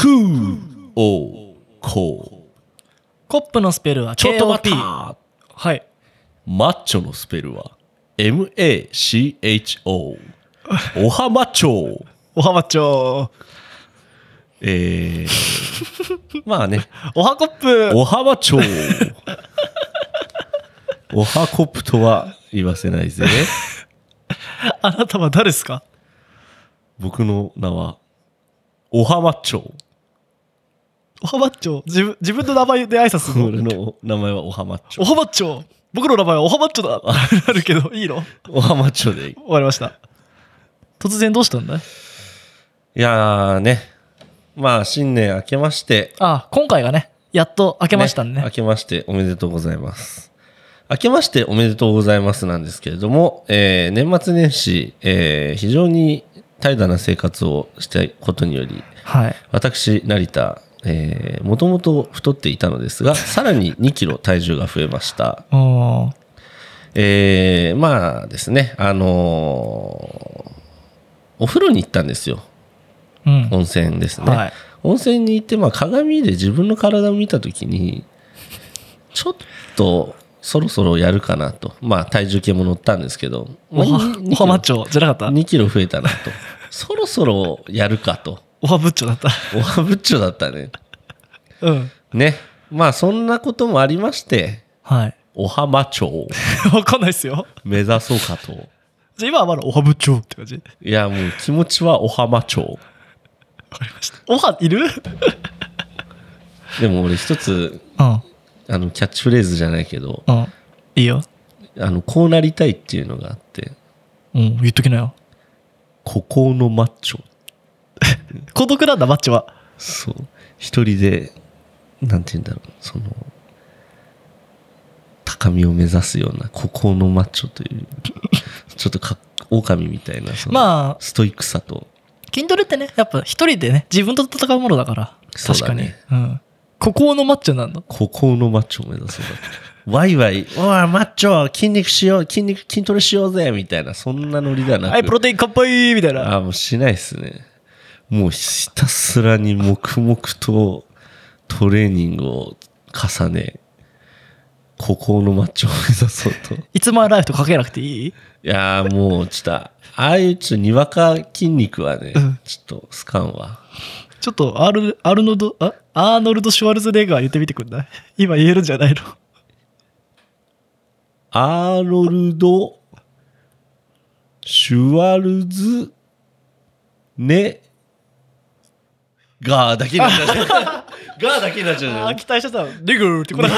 クーオーココップのスペルは KOP。 ちょっと待った。 はい。 マッチョのスペルは MACHO おはマッチョ。 おはマッチョ。 まあね、 おはコップ。 おはマッチョおはコップとは言わせないぜ。 あなたは誰ですか？ 僕の名はおはマッチョ。 おはマッチョ。自分の名前で挨拶する俺の？ の名前はおはマッチョ。 おはマッチョ。僕の名前はおはマッチョだ。なるけどいいの？ おはマッチョでいい。 終わりました。突然どうしたんだい？ いやーね、まあ新年明けまして、 今回がねやっと明けましたね。 明けましておめでとうございます。明けましておめでとうございますなんですけれども、年末年始、非常に怠惰な生活をしたことにより、 はい。 私成田もともと太っていたのですが、さらに2キロ体重が増えました。 おまあですね、お風呂に行ったんですよ。 うん。 温泉ですね。 はい。 温泉に行って、まあ、鏡で自分の体を見たときに、ちょっとそろそろやるかなと。まあ、体重計も乗ったんですけど、 おはマッチョじゃなかった？ 2 キロ増えたなと。そろそろやるかと。 おはブッチョだった。 おはぶっちょだったね。 うん。 ね。まあ、そんなこともありまして、 はい。 おはマチョをわかんないっすよ。 目指そうかと。 じゃあ今はまだおはブッチョって感じ。 いや、もう気持ちはおはマチョ。 わかりました。おはいる？ でも俺一つ、 うん。 キャッチフレーズじゃないけど、 うん。いいよ。 こうなりたいっていうのがあって、 うん。言っときなよ。 孤高のマッチョ。 孤独なんだ、マッチョは。 そう。一人で、なんて言うんだろう、高みを目指すような孤高のマッチョという、ちょっと狼みたいな、 まあ、 ストイックさと。 筋トレってね、やっぱ一人でね、自分と戦うものだから。 そう確かに。 だね。 うん。孤高のマッチョなんだ。 孤高のマッチョを目指そうだと。ワイワイ、おい、マッチョ、筋肉しよう、筋トレしようぜ、みたいな、そんなノリではなく。 はい、プロテイン乾杯みたいな。 もうしないですね。もうひたすらに黙々とトレーニングを重ね、孤高のマッチョを目指そうと。 いつもライフとかけなくていい？ いやーもうちょっと、ああいうちょっとにわか筋肉はね、ちょっとスカンは。 ちょっとアーノルド・シュワルツェネッガー言ってみてくんない？今言えるんじゃないの？ アーノルド・シュワルツネガーだけになっちゃう。ガーだけになっちゃう。 期待してた。ネグーってこれ。 い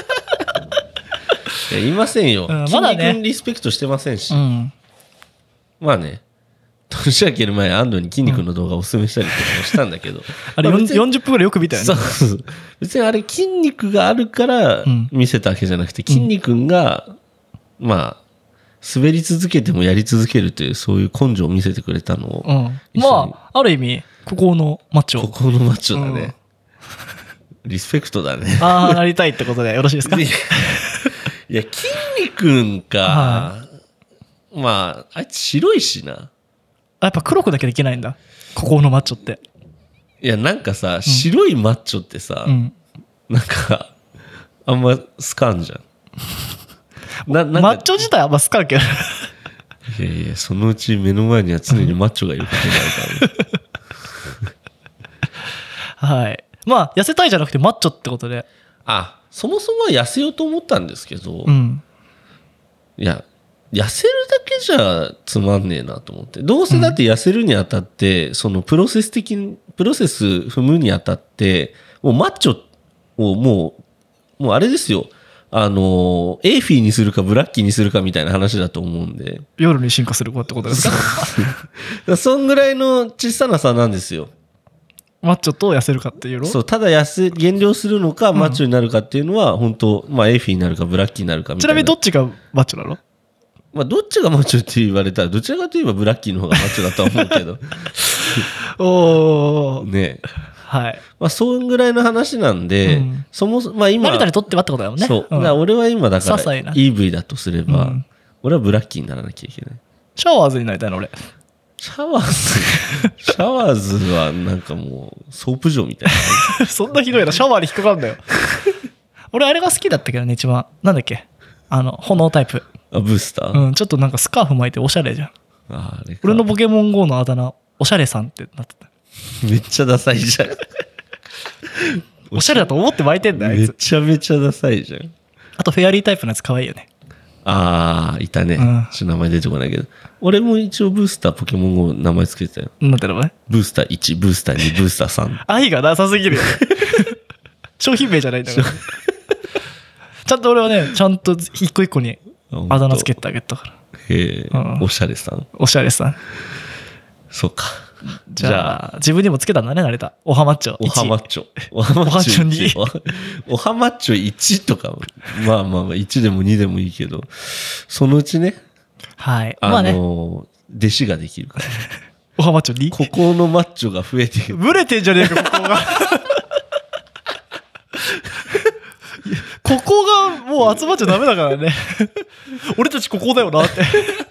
や言いませんよ。 まだね筋肉にリスペクトしてませんし。 うん。 まあね、年明ける前、安藤に筋肉の動画をおすすめしたりとかもしたんだけど。 あれまあ別に 40分ぐらいよく見たよね。 そう。別にあれ筋肉があるから見せたわけじゃなくて、筋肉が、まあ、滑り続けてもやり続けるという、そういう根性を見せてくれたのを。 うん。まあ、ある意味、ここのマッチョ。 ここのマッチョだね。リスペクトだね。 なりたいってことでよろしいですか？ いや、筋肉か。まあ、あいつ白いしな。 やっぱ黒くなきゃいけないんだ。ここのマッチョって。 いや、なんかさ、白いマッチョってさ、なんか、あんま好かんじゃん。なんかマッチョ自体あんま好かんけど。 いやいや、そのうち目の前には常にマッチョがいることになるから。 はい。まあ、痩せたいじゃなくてマッチョってことで。 そもそもは痩せようと思ったんですけど、いや、痩せるだけじゃつまんねえなと思って。どうせだって痩せるにあたって、そのプロセス踏むにあたって、もうマッチョをもうあれですよ。エーフィーにするかブラッキーにするかみたいな話だと思うんで。 夜に進化する子ってことですか？ そんぐらいの小さな差なんですよ。 マッチョと痩せるかっていうの？ そう、ただ減量するのかマッチョになるかっていうのは、本当まあエーフィーになるかブラッキーになるかみたいな。 ちなみにどっちがマッチョなの？ まあどっちがマッチョって言われたら、どちらかといえばブラッキーの方がマッチョだとは思うけど。 おー。 ねえ。 はい。 まあそんぐらいの話なんで、そもそも、まあ今。 成田にとってはってことだよね。 そう。だから俺は今だから、 些細な EV だとすれば、俺はブラッキーにならなきゃいけない。 シャワーズになりたいの俺。 シャワーズはなんかもうソープ状みたいな。 そんなひどいな、シャワーに引っかかるんだよ。俺あれが好きだったけどね、一番。なんだっけ、炎タイプ。 あ、ブースター、 うん、ちょっとなんかスカーフ巻いておしゃれじゃん。 あれか。 俺のポケモン GO のあだ名、おしゃれさんってなってた。 めっちゃダサいじゃん。 おしゃれだと思って巻いてんだよ、あいめつ。 ちゃめちゃダサいじゃん。 あとフェアリータイプのやつ可愛いよね。 あー、いたね。 うんちょっと名前出てこないけど。俺も一応ブースターポケモン GO 名前つけてたよ。 なんていうのね。 ブースター1、ブースター2、ブースター3。 愛がなさすぎるよね。商品名じゃないんだから。ちゃんと俺はね、ちゃんと一個一個にあだ名つけてあげたから。 へえ、 うんおしゃれさん。 おしゃれさん。 そうか。 じゃあ、自分にもつけたんだね、慣れた。おはマッチョ。 おはマッチョ。おはマッチョ 1。おはマッチョ1とか、まあまあまあ、1でも2でもいいけど、そのうちね、 はい。まあね、 弟子ができるから。 おはマッチョ2。 ここのマッチョが増えていく。 ブレてんじゃねえか、ここが。ここがもう集まっちゃダメだからね。俺たちここだよなって。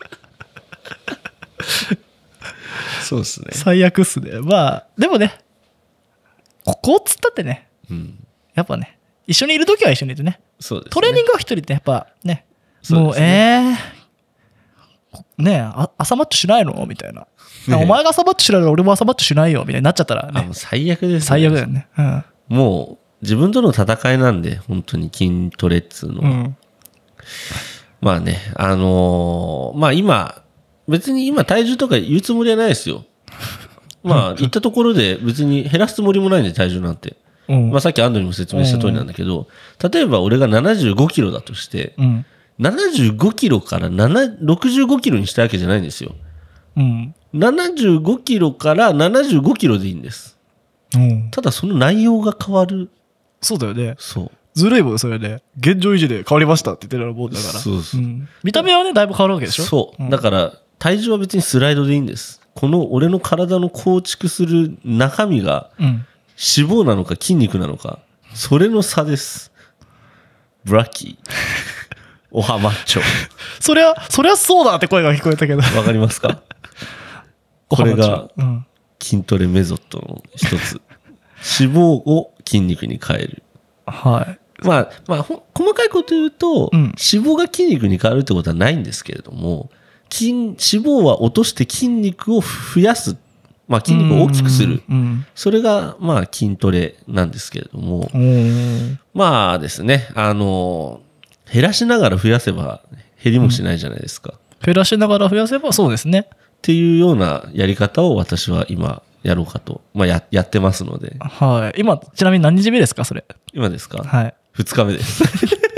そうですね。 最悪っすね。まあ、でもね、ここっつったってね、 うん。 やっぱね、一緒にいるときは一緒にいてね。 そうですね。 トレーニングは一人でやっぱね、もう、 そうですねえ朝マッチしないのみたいな。 ねお前が朝マッチしないの俺も朝マッチしないよみたいになっちゃったらねもう、最悪ですね。 最悪だよね。うん。 もう、自分との戦いなんで、本当に筋トレっつうのは。 うん。 まあね、まあ今、別に今体重とか言うつもりはないですよ。まあ、言ったところで別に減らすつもりもないんで、体重なんて。 うん。 まあさっきアンドにも説明した通りなんだけど、例えば俺が75キロだとして、 うん。 75キロから65キロにしたわけじゃないんですよ。 うん。 75キロから75キロでいいんです。 うん。 ただその内容が変わる。 そうだよね。 そう。 ずるいもん、それね。現状維持で変わりましたって言ってるようなもんだから。 そうそう。 ん。見た目はね、だいぶ変わるわけでしょ。 そう。 んだから、体重は別にスライドでいいんです。この俺の体の構築する中身がうん。 脂肪なのか筋肉なのか、それの差です。ブラッキー。おはマッチョ。 そりゃそうだって声が聞こえたけど。 わかりますか？これがうん。 筋トレメソッドの一つ。脂肪を筋肉に変える。 はい。 まあ、細かいこと言うと、 うん脂肪が筋肉に変わるってことはないんですけれども、脂肪は落として筋肉を増やす。まあ筋肉を大きくする。 うん。 それがまあ筋トレなんですけれども、 うん。 まあですね、減らしながら増やせば減りもしないじゃないですか。 減らしながら増やせばそうですね。 っていうようなやり方を私は今やろうかと、まあやってますので。 はい。今、ちなみに何日目ですか、それ。 今ですか？ はい。 2日目です。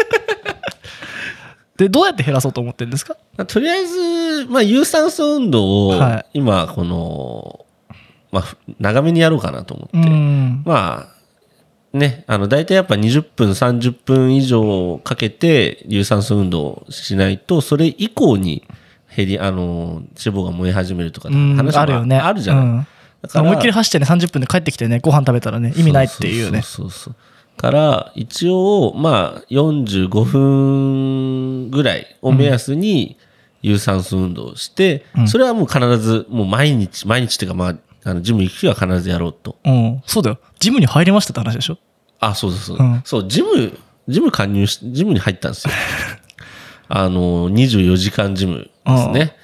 で、どうやって減らそうと思ってるんですか？ とりあえず、まあ有酸素運動をはい今この、まあ長めにやろうかなと思って。 ん。 まあ、ね、大体やっぱ20分、30分以上かけて有酸素運動をしないと、それ以降に脂肪が燃え始めるとか話あるよね。 もあるじゃない。 うんだから思いっきり走ってね、30分で帰ってきてね、ご飯食べたらね、意味ないっていうね。 そう。から、一応、まあ、45分ぐらいを目安に有酸素運動をして、それはもう必ず、もう毎日っていうか、まあ、ジム行く日は必ずやろうと。 うん。そうだよ。ジムに入りましたって話でしょ？ あ、そうそう。 うんそう、ジムに入ったんですよ。24時間ジムですね。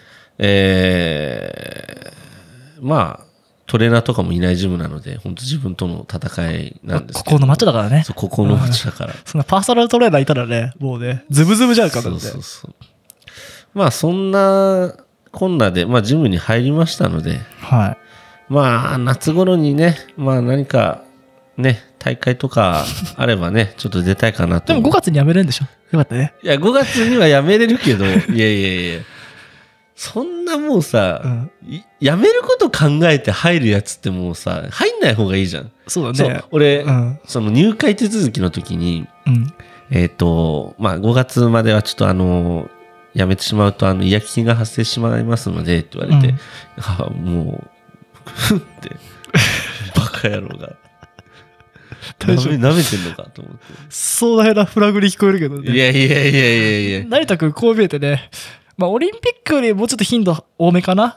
まあ、トレーナーとかもいないジムなので、本当自分との戦いなんですけど。 ここの街だからね。 そう、ここの街だから。 そんなパーソナルトレーナーいたらね、もうね、ズブズブじゃんかだって。 そう。まあ、そんなこんなで、まあ、ジムに入りましたので、 はい。 まあ、夏頃にね、まあ、何か、ね、大会とかあればね、ちょっと出たいかなと。 でも5月に辞めれるんでしょ？よかったね。 いや、5月には辞めれるけど、いや。そんなもうさ、辞めること考えて入るやつってもうさ、入んない方がいいじゃん。 そうだね。 俺、 うんその入会手続きの時に、 うん。 まあ5月まではちょっと辞めてしまうと違約金が発生しまいますのでって言われて、もう、ふって、バカ野郎が。 大丈夫舐めてんのかと思って。 そうだなフラグに聞こえるけどね。 いや。 成田君こう見えてね、まあオリンピックよりもうちょっと頻度多めかな。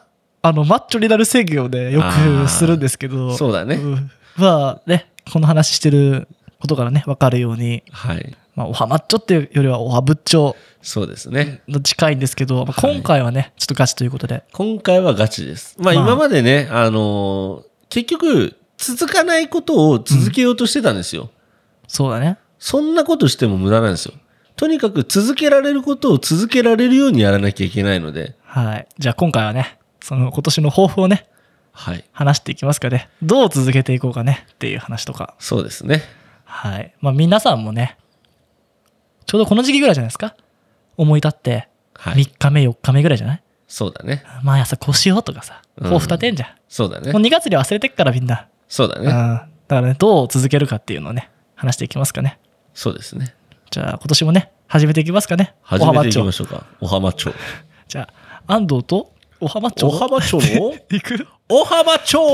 マッチョになる宣言をね、よくするんですけど。 そうだね。 まあね、この話してることからね、わかるように。 はい。 まあ、おはマッチョっていうよりはおはぶっちょ。 そうですね。 近いんですけど、まあ、今回はね、ちょっとガチということで。 今回はガチです。まあ今までね、結局、続かないことを続けようとしてたんですよ。 そうだね。 そんなことしても無駄なんですよ。とにかく続けられることを続けられるようにやらなきゃいけないので。 はい。じゃあ今回はね、その今年の抱負をね、 はい。 話していきますかね。どう続けていこうかねっていう話とか。 そうですね。 はい。まあ皆さんもね、ちょうどこの時期ぐらいじゃないですか。思い立って、3日目、4日目ぐらいじゃない？ そうだね。 毎朝こうしようとかさ、抱負立てんじゃん。 そうだね。 もう2月に忘れてっからみんな。 そうだね。 だからね、どう続けるかっていうのをね、話していきますかね。 そうですね。 じゃあ今年もね、始めていきますかね。 始めていきましょうか。おはま町。 じゃあ、安藤とおはま町。 おはま町の行くおはま町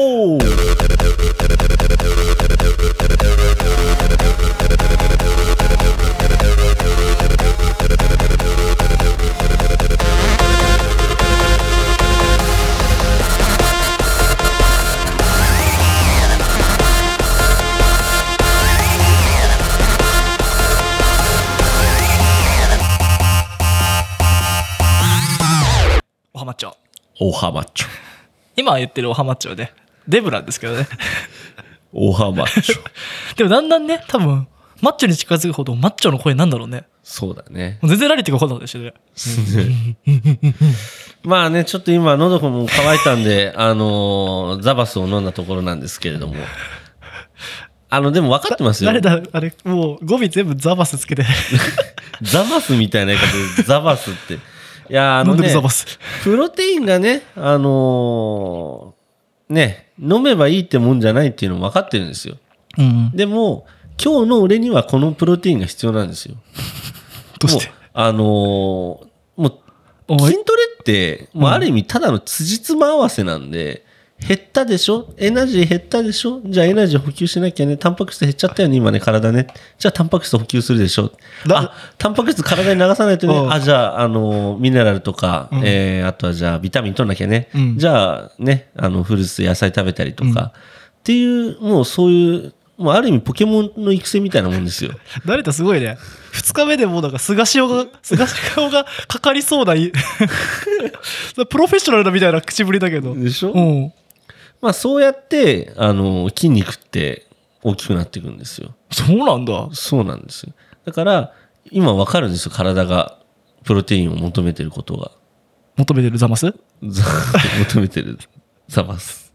おはま町。 おはま町。 今言ってるおはま町で、デブなんですけどね。 おはま町。 でもだんだんね、多分、マッチョに近づくほどマッチョの声なんだろうね。 そうだね。 全然ラリってか分かんなかったでしょね。 まあね、ちょっと今、喉も乾いたんで、ザバスを飲んだところなんですけれども。でも分かってますよ。 誰だ、あれ、もう語尾全部ザバスつけて。 ザバスみたいな言い方で、ザバスって。いや、 飲んでるザバス。 プロテインがね、ね、飲めばいいってもんじゃないっていうのも分かってるんですよ。 うん。 でも、今日の俺にはこのプロテインが必要なんですよ。 どうしてもう、筋トレって、もうある意味ただの辻褄合わせなんで、減ったでしょ？エナジー減ったでしょ？じゃあエナジー補給しなきゃね。タンパク質減っちゃったよね、今ね、体ね。じゃあタンパク質補給するでしょ？タンパク質体に流さないとね。じゃあ、ミネラルとか、あとはじゃあビタミン取んなきゃね。じゃあね、フルーツ野菜食べたりとか、っていう、もうそういう、もうある意味ポケモンの育成みたいなもんですよ。 誰だすごいね。2日目でもうなんか菅氏顔がかかりそうなプロフェッショナルだみたいな口ぶりだけど。 でしょ？うん。まあそうやって筋肉って大きくなっていくんですよ。 そうなんだ。 そうなんですよ。だから今わかるんですよ、体がプロテインを求めてることが。 求めてるザマス？ 求めてるザマス。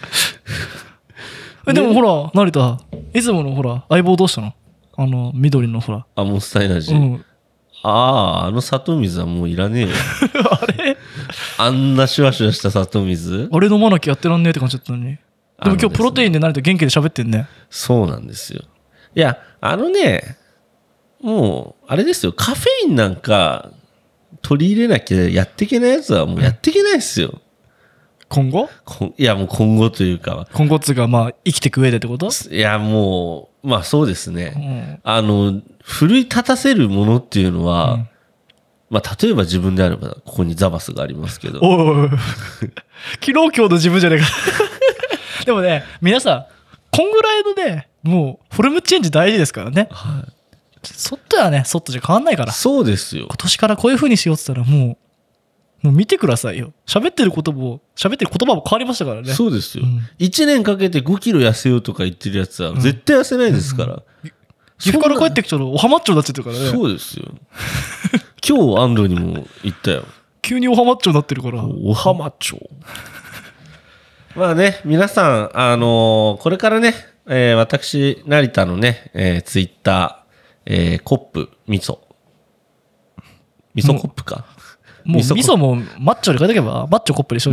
でもほら成田、いつものほら相棒どうしたの？緑のほら。 モンスターエナジー。うん、砂糖水はもういらねえよ。 あれ？ あんなシュワシュワした砂糖水？ あれ飲まなきゃやってらんねえって感じだったのに。でも今日プロテインで成田元気で喋ってんね。 そうなんですよ。いや、もう、あれですよ、カフェインなんか取り入れなきゃやっていけないやつはもうやっていけないですよ。 今後？ いや、もう今後というか。 今後っつうか、まあ、生きていく上でってこと？ いや、もう、まあそうですね。奮い立たせるものっていうのは、まあ例えば自分であれば、ここにザバスがありますけど。 おい昨日今日の自分じゃねえか。でもね、皆さん、こんぐらいのね、もう、フォルムチェンジ大事ですからね。 はい。 そっとはね、そっとじゃ変わんないから。 そうですよ。 今年からこういう風にしようって言ったら、もう見てくださいよ。喋ってる言葉も変わりましたからね。 そうですよ。1年かけて5キロ痩せようとか言ってるやつは絶対痩せないですから。 岐阜から帰ってきたらおはまっちょになっちゃってるからね。 そうですよ。今日安藤にも言ったよ。 急におはまっちょになってるから。 おはまっちょ。まあね、皆さん、これからね、私、成田のね、ツイッター、コップ、味噌コップか。 もう味噌もマッチョで書いておけばマッチョコップでしょ。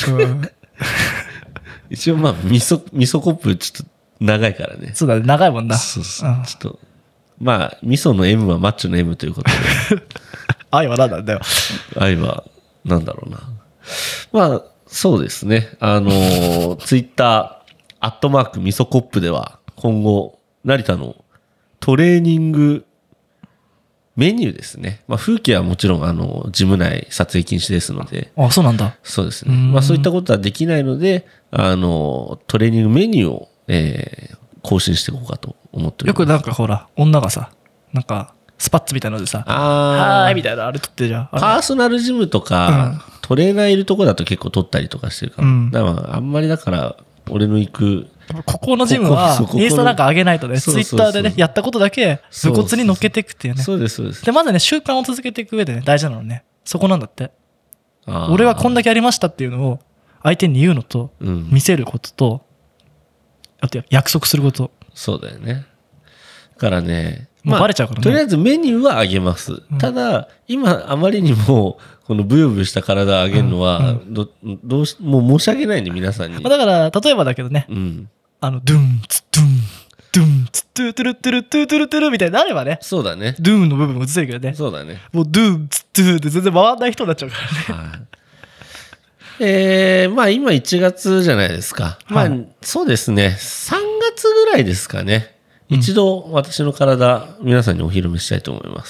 一応まあ味噌コップちょっと長いからね。 そうだね、長いもんな。 そうちょっとまあ味噌の M はマッチョの M ということで。 愛は何なんだよ。 愛はなんだろうな。まあそうですね。ツイッター味噌コップでは今後成田のトレーニングメニューですね。まあ、風景はもちろん、ジム内撮影禁止ですので。 あ、そうなんだ。 そうですね。まあ、そういったことはできないので、トレーニングメニューを、更新していこうかと思っております。 よくなんかほら、女がさ、なんか、スパッツみたいなのでさ、はーいみたいな、あれ撮ってるじゃん。 パーソナルジムとか、トレーナーいるとこだと結構撮ったりとかしてるから。だからあんまりだから、俺の行く、 ここのジムは、インスタなんか上げないとね、ツイッターでね、やったことだけ、武骨に乗っけていくっていうね。 そうです、そうです。 で、まずね、習慣を続けていく上でね、大事なのね、そこなんだって。俺はこんだけやりましたっていうのを、相手に言うのと、見せることと、あと約束すること。 そうだよね。だからね、 もうバレちゃうからね。 とりあえずメニューは上げます。ただ、今あまりにも、このブヨブヨした体を上げるのは、もう申し訳ないんで、皆さんに。 だから、例えばだけどね、ドゥン、ツドゥン、ドゥン、ツトゥートゥルトゥルトゥートゥルトゥルみたいになればね。 そうだね。 ドゥンの部分も映せるけどね。 そうだね。 もうドゥン、ツトゥーって全然回んない人になっちゃうからね。 はい。まあ今1月じゃないですか。まあそうですね。3月ぐらいですかね。一度私の体、皆さんにお披露目したいと思います。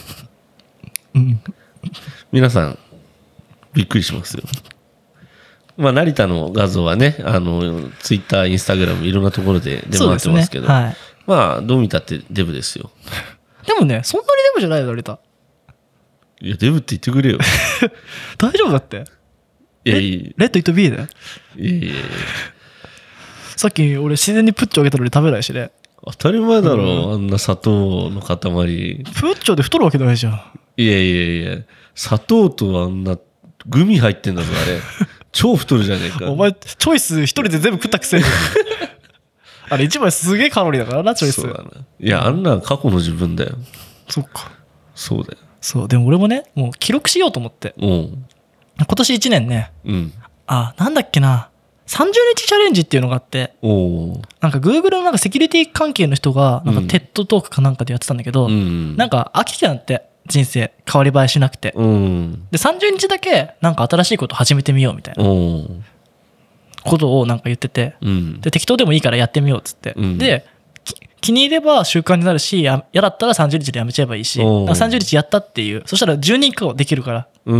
皆さん、びっくりしますよ。まあ成田の画像はね、ツイッター、インスタグラムいろんなところで出回ってますけど、まあどう見たってデブですよ。 でもね、そんなにデブじゃないよ、成田。 いや、デブって言ってくれよ。 大丈夫だって。レッド・イット・ビーだよ。 いやさっき俺自然にプッチョあげたのに食べないしね。 当たり前だろ、あんな砂糖の塊。プッチョで太るわけないじゃん。 いや、砂糖とあんなグミ入ってんだぞ、あれ。超太るじゃねえか。 お前、チョイス一人で全部食ったくせに。あれ一枚すげえカロリーだからな、チョイス。 そうだな。いや、あんなん過去の自分だよ。 そっか。 そうだよ。 そう、でも俺もね、もう記録しようと思って。今年1年ね、なんだっけな、30日チャレンジっていうのがあって、なんか Google のなんかセキュリティ関係の人が、なんかテッドトークかなんかでやってたんだけど、なんか飽きてたんだって、人生、変わり映えしなくて。で、30日だけ、なんか新しいこと始めてみようみたいなことをなんか言ってて、で、適当でもいいからやってみようっつって。で、気に入れば習慣になるし、嫌だったら30日でやめちゃえばいいし、30日やったっていう、そしたら12個できるから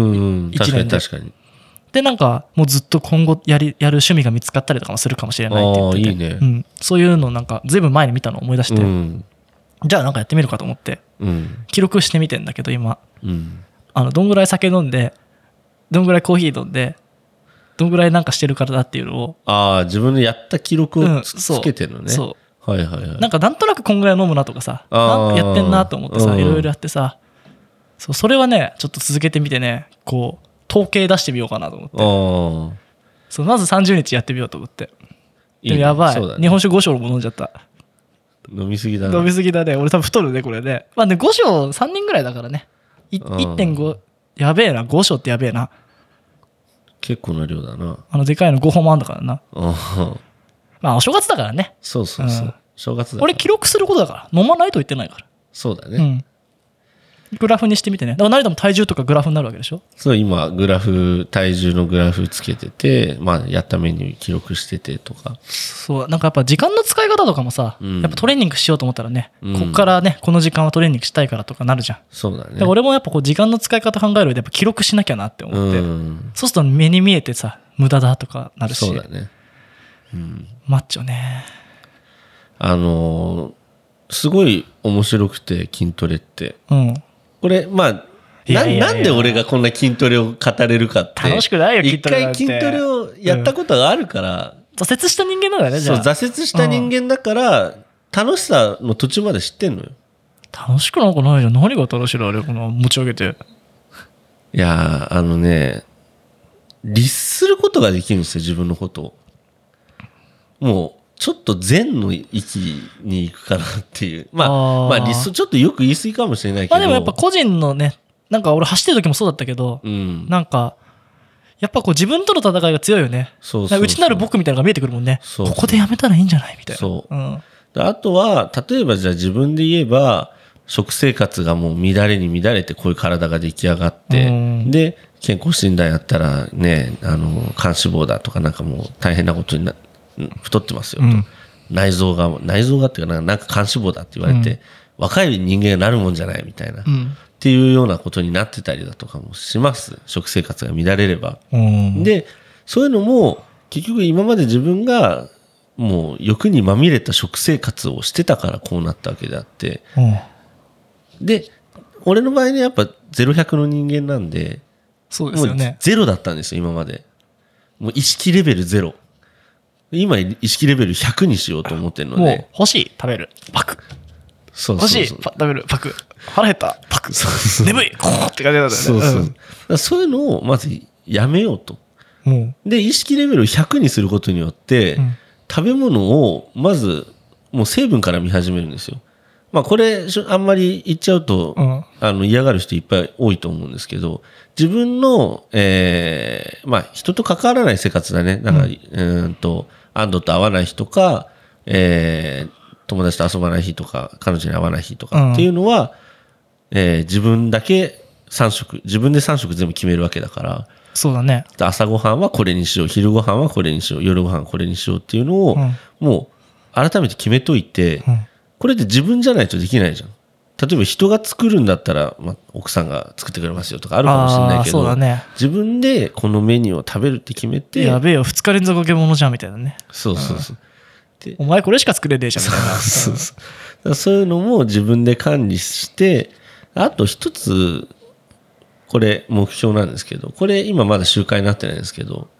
、1年で。 確かに。 で、なんか、もうずっと今後やる趣味が見つかったりとかもするかもしれないって言ってて。 いいね。 そういうのなんか、ずいぶん前に見たのを思い出して、じゃあなんかやってみるかと思って、記録してみてんだけど、今。どんぐらい酒飲んで、どんぐらいコーヒー飲んで、どんぐらいなんかしてるからだっていうのを。 自分のやった記録をつけてるのね。 そう。 はいはいはい。 なんかなんとなくこんぐらい飲むなとかさ、なんかやってんなと思ってさ、いろいろやってさ、それはね、ちょっと続けてみてね、こう、統計出してみようかなと思って。まず30日やってみようと思って。でもやばい。日本酒5升も飲んじゃった。 飲みすぎだね。 飲みすぎだね。俺多分太るね、これね。まあね、5升3人ぐらいだからね。1.5、やべえな、5升ってやべえな。 結構な量だな。 でかいの5本もあんだからな。まあ、お正月だからね。 そう。正月だ。 俺記録することだから。飲まないと言ってないから。 そうだね。 グラフにしてみてね。だから成田も体重とかグラフになるわけでしょ？ そう、今、体重のグラフつけてて、まあ、やったメニュー記録しててとか。 そう、なんかやっぱ時間の使い方とかもさ、やっぱトレーニングしようと思ったらね、こっからね、この時間はトレーニングしたいからとかなるじゃん。 そうだね。 だから俺もやっぱこう時間の使い方考える上でやっぱ記録しなきゃなって思って、そうすると目に見えてさ、無駄だとかなるし。 そうだね。 マッチョね。 すごい面白くて、筋トレって。これ、まあ、なんで俺がこんな筋トレを語れるかって。 楽しくないよ、筋トレなんて。 一回筋トレをやったことがあるから。 挫折した人間なんだね、じゃあ。 そう、挫折した人間だから、楽しさの途中まで知ってんのよ。 楽しくなんかないじゃん。何が楽しいのあれ、この持ち上げて。 いや、律することができるんですよ、自分のことを。もう、ちょっと禅の域に行くかなっていう。まあ、理想、ちょっとよく言い過ぎかもしれないけど。 まあでもやっぱ個人のね、なんか俺走ってる時もそうだったけど、なんか、やっぱこう自分との戦いが強いよね。内なる僕みたいなのが見えてくるもんね。ここでやめたらいいんじゃないみたいな。 そう。あとは、例えばじゃあ自分で言えば、食生活がもう乱れに乱れてこういう体が出来上がって、で、健康診断やったらね、肝脂肪だとかなんかもう大変なことに太ってますよと、内臓がっていうかなんか肝脂肪だって言われて、 若い人間がなるもんじゃないみたいな、っていうようなことになってたりだとかもします。食生活が乱れれば。で、そういうのも結局今まで自分がもう欲にまみれた食生活をしてたからこうなったわけであって、で、俺の場合ね、やっぱ0-100の人間なんで、 そうですよね。 もうゼロだったんですよ、今まで。もう意識レベルゼロ。今意識レベル100にしようと思ってるので。 もう欲しい、食べる、パク。 そうそうそう、 欲しい、食べる、パク。腹減った、パク。そうそう、眠い、こーって感じだったよね。 そうそう。そういうのをまずやめようと。で、意識レベルを100にすることによって、食べ物をまずもう成分から見始めるんですよ。まあこれあんまり言っちゃうと、嫌がる人いっぱい多いと思うんですけど、自分の、まあ人と関わらない生活だね。だから、安藤と会わない日とか、友達と遊ばない日とか、彼女に会わない日とかっていうのは、自分だけ自分で3食全部決めるわけだから。 そうだね。 朝ごはんはこれにしよう、昼ごはんはこれにしよう、夜ごはんはこれにしようっていうのを、もう改めて決めといて、これって自分じゃないとできないじゃん。例えば人が作るんだったら、まあ、奥さんが作ってくれますよとかあるかもしれないけど、自分でこのメニューを食べるって決めて、 やべえよ、2日連続揚げ物じゃんみたいなね。 そうそうそう。 お前これしか作れねえじゃんみたいな。 そういうのも自分で管理して、あと一つ、これ目標なんですけど、これ今まだ習慣になってないんですけど、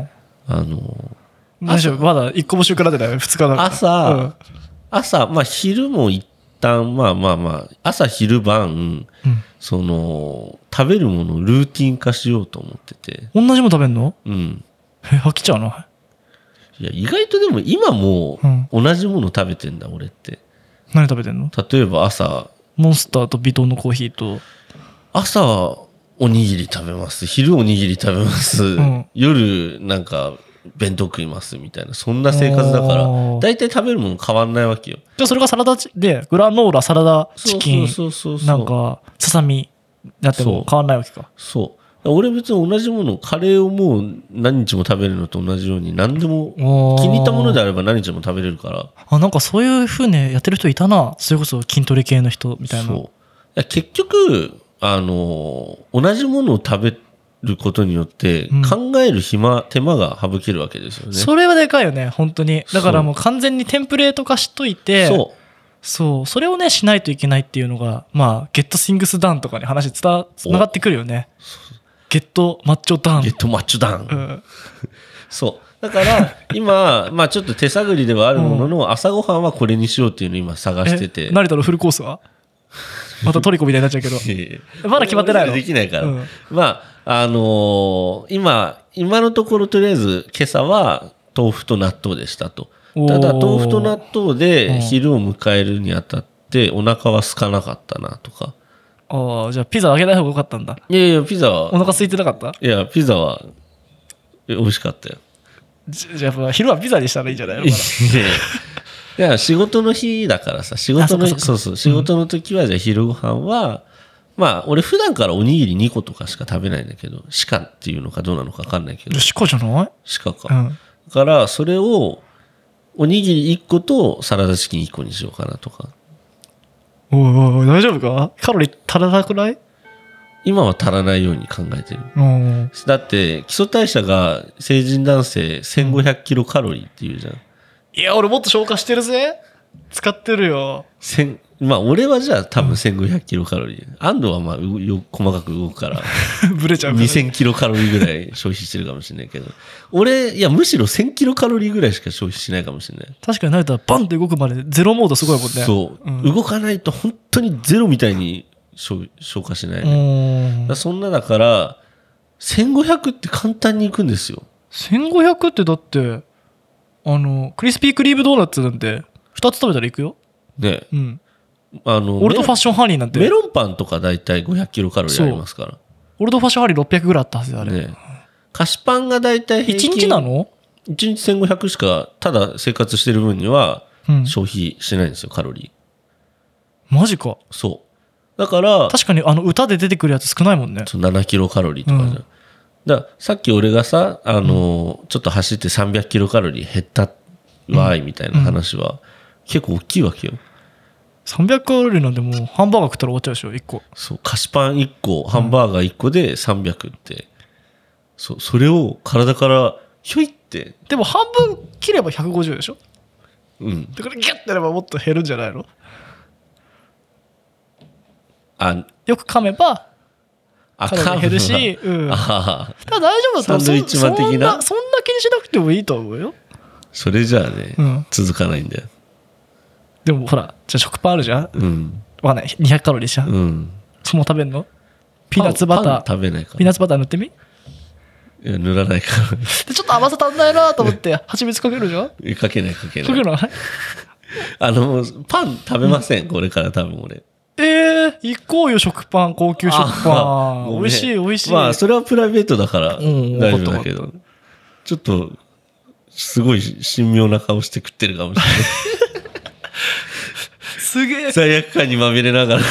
大丈夫、まだ1個も習慣になってない、2日だから朝、まあ昼も一旦、まあ、朝昼晩、食べるものをルーティン化しようと思ってて。 同じもの食べんの？ うん。 飽きちゃうの？ いや、意外とでも今も同じもの食べてんだ、俺って。 何食べてんの？ 例えば朝。 モンスターとビトンのコーヒーと。 朝、おにぎり食べます。昼おにぎり食べます。夜、なんか、弁当食いますみたいな、そんな生活だから、大体食べるもの変わんないわけよ。 じゃあそれがサラダで、グラノーラ、サラダチキン、なんか、ささみだっても変わんないわけか。 そう。俺別に同じもの、カレーをもう何日も食べるのと同じように、何でも気に入ったものであれば何日も食べれるから。 なんかそういう風にやってる人いたな。それこそ筋トレ系の人みたいな。 そう。結局、同じものを食べることによって考える手間が省けるわけですよね。 それはでかいよね、本当に。だからもう完全にテンプレート化しといて、そう、それをね、しないといけないっていうのが、まあ、ゲットシングスダウンとかに話つながってくるよね。ゲットマッチョダウン。 ゲットマッチョダウン。そう。だから、今、まあちょっと手探りではあるものの、朝ごはんはこれにしようっていうのを今探してて。 成田のフルコースはまたトリコみたいになっちゃうけど。まだ決まってないの？ できないから。まあ、今のところとりあえず今朝は豆腐と納豆でしたと。ただ豆腐と納豆で昼を迎えるにあたってお腹は空かなかったなとか。 じゃあピザあげない方がよかったんだ。 いやいや、ピザは。 お腹空いてなかった？いや、ピザは美味しかったよ。 じゃあ昼はピザにしたらいいんじゃないの？ いや、仕事の日だからさ、仕事の時はじゃあ昼ご飯は、まあ、俺普段からおにぎり2個とかしか食べないんだけど、鹿っていうのかどうなのか分かんないけど。 鹿じゃない？ 鹿か。だから、それを、おにぎり1個とサラダチキン1個にしようかなとか。 おい、大丈夫か？カロリー足らなくない？ 今は足らないように考えてる。だって、基礎代謝が成人男性1500キロカロリーっていうじゃん。 いや、俺もっと消化してるぜ。使ってるよ。 まあ、俺はじゃあ多分1500キロカロリー。安藤はまあ、細かく動くから。 ブレちゃうから。 2000キロカロリーぐらい消費してるかもしれないけど。俺、いや、むしろ1000キロカロリーぐらいしか消費しないかもしれない。 確かに慣れたらバンって動くまでゼロモードすごいもんね。 そう。動かないと本当にゼロみたいに消化しないね。そんなだから、1500って簡単にいくんですよ。 1500ってだって、クリスピークリームドーナツなんて2つ食べたらいくよ。 ね。 オールドファッションハニーなんてメロンパンとかだいたい500キロカロリーありますから。 オールドファッションハニー600ぐらいあったはずだあれ。 ね。菓子パンがだいたい平均1日なの？ 1日1500しかただ生活してる分には消費しないんですよ、カロリー。マジか。 そう。だから確かに歌で出てくるやつ少ないもんね。 7キロカロリーとかじゃん。だからさっき俺がさ、ちょっと走って300キロカロリー減ったわーいみたいな話は結構大きいわけよ。 300カロリーなんでもうハンバーガー食ったら終わっちゃうでしょ1個。 そう、菓子パン1個ハンバーガー1個で300って、それを体からひょいって。 でも半分切れば150でしょ。 うん。 だからギュッてやればもっと減るんじゃないの。よく噛めばカロリー減るし、うん、ただ大丈夫だったらサンドイッチマン的なそんな気にしなくてもいいと思うよ。 それじゃあね、うん、続かないんだよ。 でもほら、じゃあ食パンあるじゃん、うん、わかんない200カロリーじゃん、うん、その食べんのピーナッツバター食べないから。 ピーナッツバター塗ってみ。いや塗らないからでちょっと甘さ足んないなと思って蜂蜜かけるじゃん。 かけないかけない。 かけないパン食べません、これから多分俺。 行こうよ食パン、高級食パン。美味しい美味しい。 まあそれはプライベートだから大丈夫だけど、ちょっとすごい神妙な顔して食ってるかもしれないすげえ罪悪感にまみれながら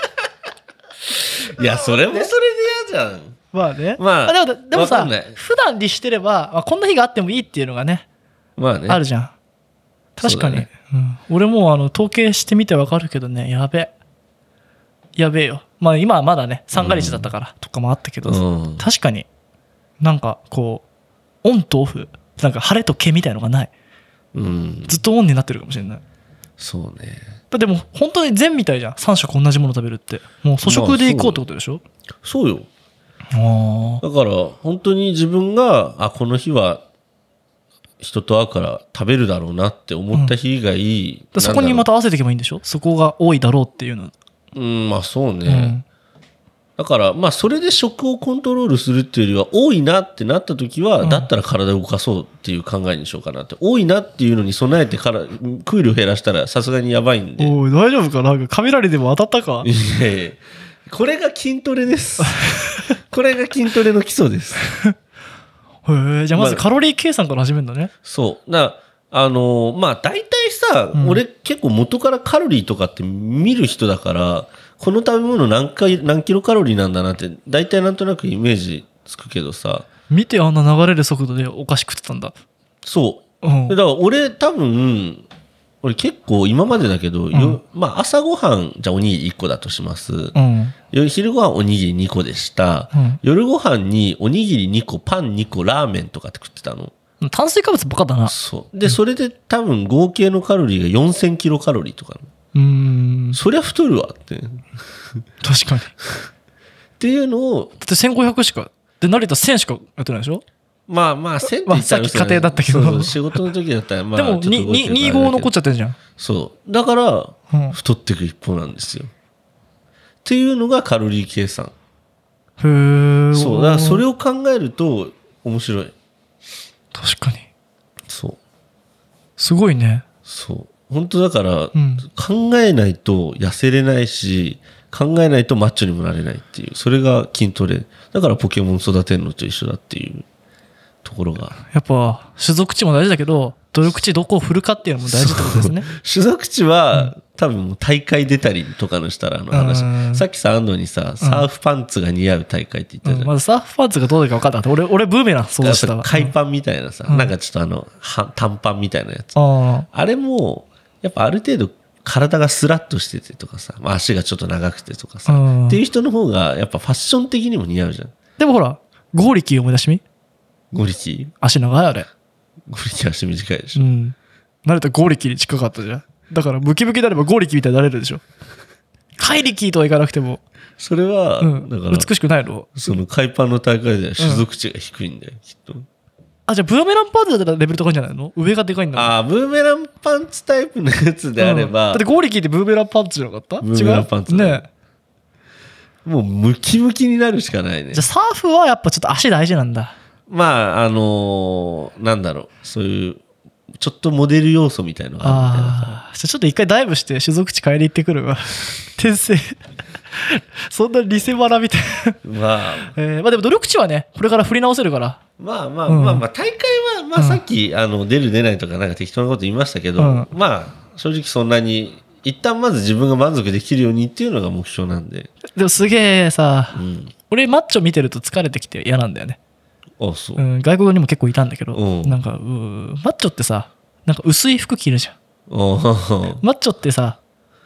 いやそれもそれで嫌じゃん。 まあね、まあ、でもさ普段律してれば、まあ、こんな日があってもいいっていうのがね、まあね、あるじゃん。確かに、ね、うん、俺も統計してみて分かるけどね、やべえよ。まあ今はまだね三が日だったからとかもあったけど、うん、確かになんかこうオンとオフ、なんか晴れと毛みたいのがない、うん、ずっとオンになってるかもしれない。 そうね。 でも本当に善みたいじゃん、3食同じもの食べるって。もう粗食でいこうってことでしょ。 そうよ。だから本当に自分がこの日は人と会うから食べるだろうなって思った日以外、 うん、そこにまた合わせていけばいいんでしょ。そこが多いだろうっていうの。 うん、まあそうね、うん、だからまあそれで食をコントロールするっていうよりは、多いなってなった時は、だったら体を動かそうっていう考えにしようかなって。多いなっていうのに備えてから空量減らしたらさすがにやばいんで。 おい大丈夫かな、カメラでも当たったか。 いやいや、これが筋トレですこれが筋トレの基礎ですへえ。じゃあまずカロリー計算から始めるんだね。 そうまあ大体さ、俺結構元からカロリーとかって見る人だから、この食べ物何キロカロリーなんだなって大体なんとなくイメージつくけどさ、 見てあんな流れる速度でお菓子食ってたんだ。 そう、うん、だから俺結構今までだけど、まあ朝ごはんじゃあおにぎり1個だとします、うん、昼ごはんおにぎり2個でした、うん、夜ごはんにおにぎり2個パン2個ラーメンとかって食ってたの。 炭水化物ばっかだな。 そうで、それで多分合計のカロリーが4000キロカロリーとか。そりゃ太るわって確かにっていうのを。 だって1500しかで、成田1000しかやってないでしょ。 まあ1000って言ったら、 さっき家庭だったけど、 そう仕事の時だったらまあでも25残っちゃってるじゃん。 そうだから太っていく一方なんですよ、っていうのがカロリー計算。 へえ。 そうだからそれを考えると面白い。 確かに。 そうすごいね。 そう本当だから、考えないと痩せれないし、考えないとマッチョにもなれないっていう、それが筋トレだから。ポケモン育てるのと一緒だっていうところが、 やっぱ種族値も大事だけど、努力値どこを振るかっていうのも大事ってことですね。 種族値は、多分もう大会出たりとかのしたら話、さっきさ安藤にさ、サーフパンツが似合う大会って言ったじゃん、 まずサーフパンツがどうだか分かんなかった。俺ブーメラン想像したわ。 海パンみたいなさ、なんかちょっと短パンみたいなやつ、あれもやっぱある程度体がスラッとしててとかさ、まあ、足がちょっと長くてとかさ、っていう人の方がやっぱファッション的にも似合うじゃん。 でもほらゴーリキー思い出してみ。 ゴリキ足長いあれ。 ゴリキ足短いでしょ。 慣れたゴーリキに近かったじゃん。だからムキムキであればゴーリキみたいになれるでしょ。怪力とはいかなくても。 それは、だから美しくないの。 その海パンの大会では種族値が低いんだよ、きっと。 じゃあブーメランパンツだったらレベル高いんじゃないの。上がでかいんだ。 ブーメランパンツタイプのやつであれば、 だってゴーリキってブーメランパンツじゃなかった。 ブーメランパンツね。もうムキムキになるしかないね。 じゃあサーフはやっぱちょっと足大事なんだ。 まあなんだろう、そういうちょっとモデル要素みたいのがあるみたいなから。 ちょっと一回ダイブして種族値変えに行ってくるわ。転生そんなリセマラみたいな。まあでも努力値はねこれから振り直せるから。 まあ大会はまあさっき出る出ないとかなんか適当なこと言いましたけど、まあ正直そんなに一旦まず自分が満足できるようにっていうのが目標なんで。 でもすげえさ、俺マッチョ見てると疲れてきて嫌なんだよね。 そう、 外国にも結構いたんだけど、なんかマッチョってさ、なんか薄い服着るじゃん。マッチョってさ、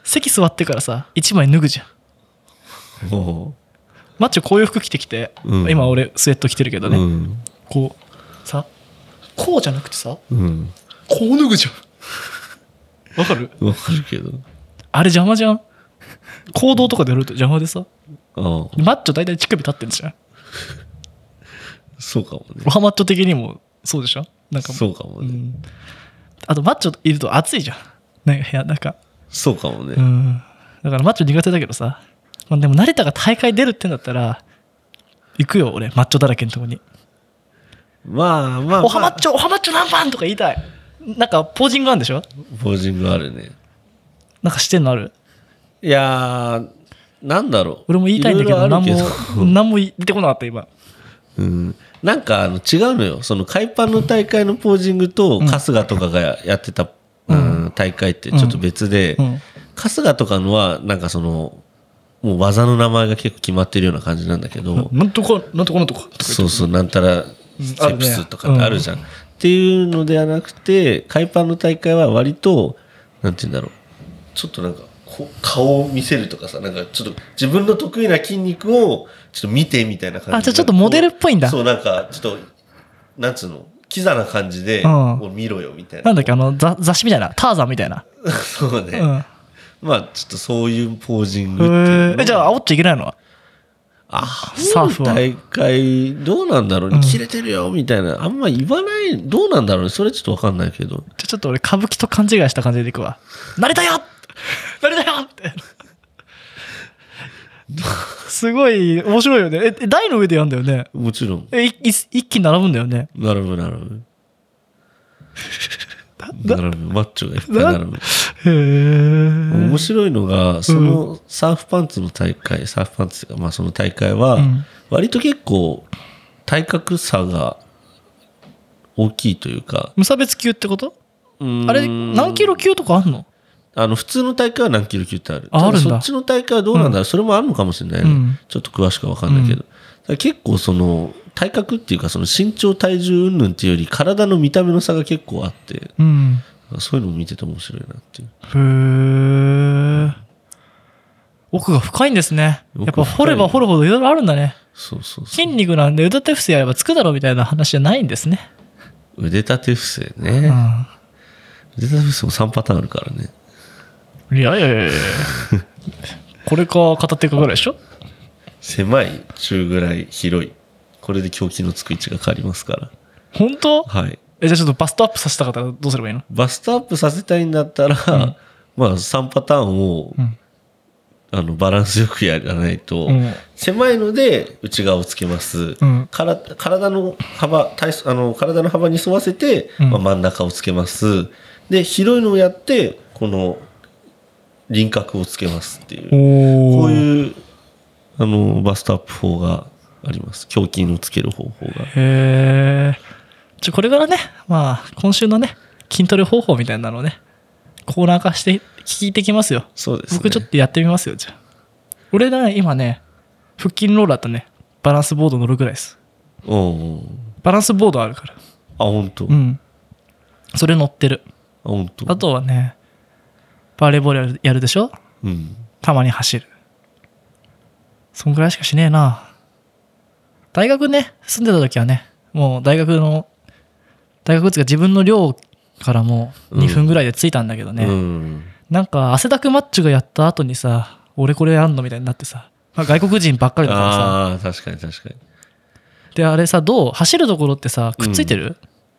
席座ってからさ1枚脱ぐじゃん。マッチョこういう服着てきて、うん、今俺スウェット着てるけどね、うん、こうさこうじゃなくてさ、うん、こう脱ぐじゃん。わかる？ わかるけどあれ邪魔じゃん。行動とかでやると邪魔でさ、マッチョ大体乳首立ってんじゃん。 そうかもね。 ロハマッチョ的にもそうでしょ。なんかそうかもね、うん、 あとマッチョいると暑いじゃん、なんか部屋なんか。 そうかもね、 うん、だからマッチョ苦手だけどさ、まあ、でも成田が大会出るってんだったら行くよ俺、マッチョだらけのとこに。 まあまあ、 おはマッチョおはマッチョ何番とか言いたい。なんかポージングあるんでしょ。 ポージングあるね。 なんかしてんのある？ いやーなんだろう、 俺も言いたいんだけど何も出てこなかった今。 うん、なんか違うのよ、その海パンの大会のポージングと春日とかがやってた、うんうん、大会ってちょっと別で、うんうん、春日とかのはなんかそのもう技の名前が結構決まってるような感じなんだけど、 なんとかなんとかなんとか、 そうそう、なんたらセプスとかってあるじゃん、っていうのではなくて、海パンの大会は割となんて言うんだろう、ちょっとなんか顔を見せるとかさ、なんかちょっと自分の得意な筋肉をちょっと見てみたいな感じで。 あ、じゃあちょっとモデルっぽいんだ。 そう、なんかちょっとなんつうの、キザな感じで、もう見ろよみたいな。 なんだっけ、雑誌みたいな、ターザンみたいな。 そうね、うん、まあちょっとそういうポージングっていう。 じゃあ煽っちゃいけないのは？ サーフは大会どうなんだろうね、切れてるよみたいなあんま言わない、どうなんだろうね、それちょっと分かんないけど。 ちょっと俺歌舞伎と勘違いした感じでいくわ。なりたいよなりたいよってすごい面白いよね。台の上でやるんだよね。 もちろん。 一気に並ぶんだよね。 並ぶマッチョがいっぱい並ぶ。へ面白いのがそのサーフパンツの大会、サーフパンツがまあその大会は割と結構体格差が大きいというか。 無差別級ってこと？あれ何キロ級とかあんの？ 普通の大会は何キロ級ってある。 あるんだ。 そっちの大会はどうなんだろう、それもあるのかもしれないね、ちょっと詳しくは分かんないけど、結構その体格っていうかその身長体重云々っていうより体の見た目の差が結構あって、そういうのを見てて面白いなっていう。 へー、奥が深いんですね。やっぱ掘れば掘るほどいろいろあるんだね。 そう。 筋肉なんで腕立て伏せやればつくだろうみたいな話じゃないんですね。 腕立て伏せね、腕立て伏せも3パターンあるからね。 いやこれか片手かぐらいでしょ。 狭い、中ぐらい、広い、これで胸筋のつく位置が変わりますから。 本当？ はい。 じゃあちょっとバストアップさせたかったらどうすればいいの？ バストアップさせたいんだったら、まあ3パターンを、バランスよくやらないと、狭いので内側をつけます、体の幅に沿わせて、真ん中をつけます。で広いのをやってこの輪郭をつけますっていう、こういうバストアップ法があります。胸筋をつける方法が。 へー。これからね、まあ今週のね筋トレ方法みたいなのをねコーナー化して聞いてきますよ。 そうですね。 僕ちょっとやってみますよ。じゃあ俺ね今ね腹筋ローラーとねバランスボード乗るぐらいです。バランスボードあるから。 あ、本当。 それ乗ってる。 本当。 あとはねバレーボールやるでしょ、たまに走る。そんぐらいしかしねえな。大学ね住んでた時はねもう大学っていうか自分の寮からもう2分ぐらいで着いたんだけどね、なんか汗だくマッチョがやった後にさ俺これやんのみたいになってさ、外国人ばっかりだからさ。 確かにであれさ、どう走るところってさくっついてる？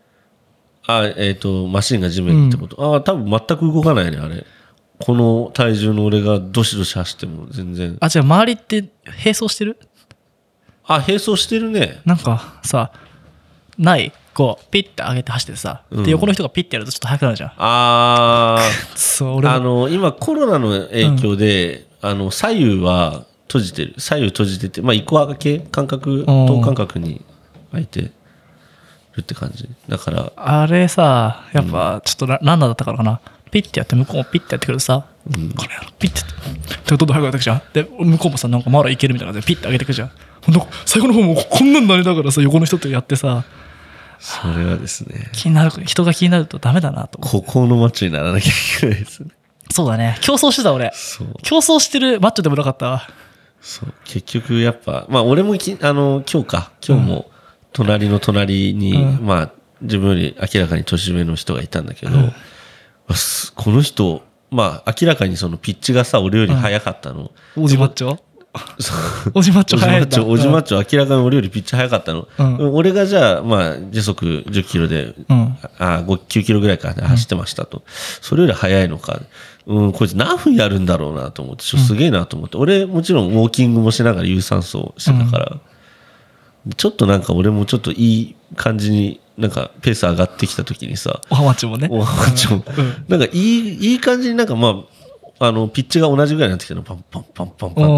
マシンが地面ってこと、多分全く動かないねあれ。この体重の俺がどしどし走っても全然。 じゃあ周りって並走してる？ 並走してるね。 なんかさないこうピッて上げて走ってさ、で横の人がピッてやるとちょっと速くなるじゃん。そう俺今コロナの影響で、左右は閉じてる。左右閉じてて、一個開け間隔等間隔に開いてるって感じだから。あれさやっぱちょっとランナーだったからかな、ピッてやって向こうもピッてやってくるとさ、これピッてどんどん速くなってくじゃん。で向こうもさなんかまだいけるみたいな感じでピッて上げてくじゃん。最後の方もこんなんなりながらさ横の人とやってさ、 それはですね、 人が気になるとダメだなと思って。 孤高のマッチにならなきゃいけないですね。 そうだね。競争してた俺。競争してるマッチョでもなかったわ。 そう。結局やっぱ、まあ俺も今日も隣の隣に、まあ自分より明らかに年上の人がいたんだけど、この人、まあ明らかにそのピッチがさ、俺より速かったの。 オジマッチョオジマッチョ速いんだ。 オジマッチョ明らかに俺よりピッチ速かったの。俺がじゃあ、まあ時速10キロで、9キロぐらいから走ってましたと。それより速いのか。こいつ何分やるんだろうなと思って、すげえなと思って。俺もちろんウォーキングもしながら有酸素してたから、ちょっとなんか俺もちょっといい感じになんかペース上がってきた時にさ、 おはマッチョもね。 おはマッチョも、なんかいい感じになんかまあ、ピッチが同じぐらいになってきたの、パンパンパンパンパンって。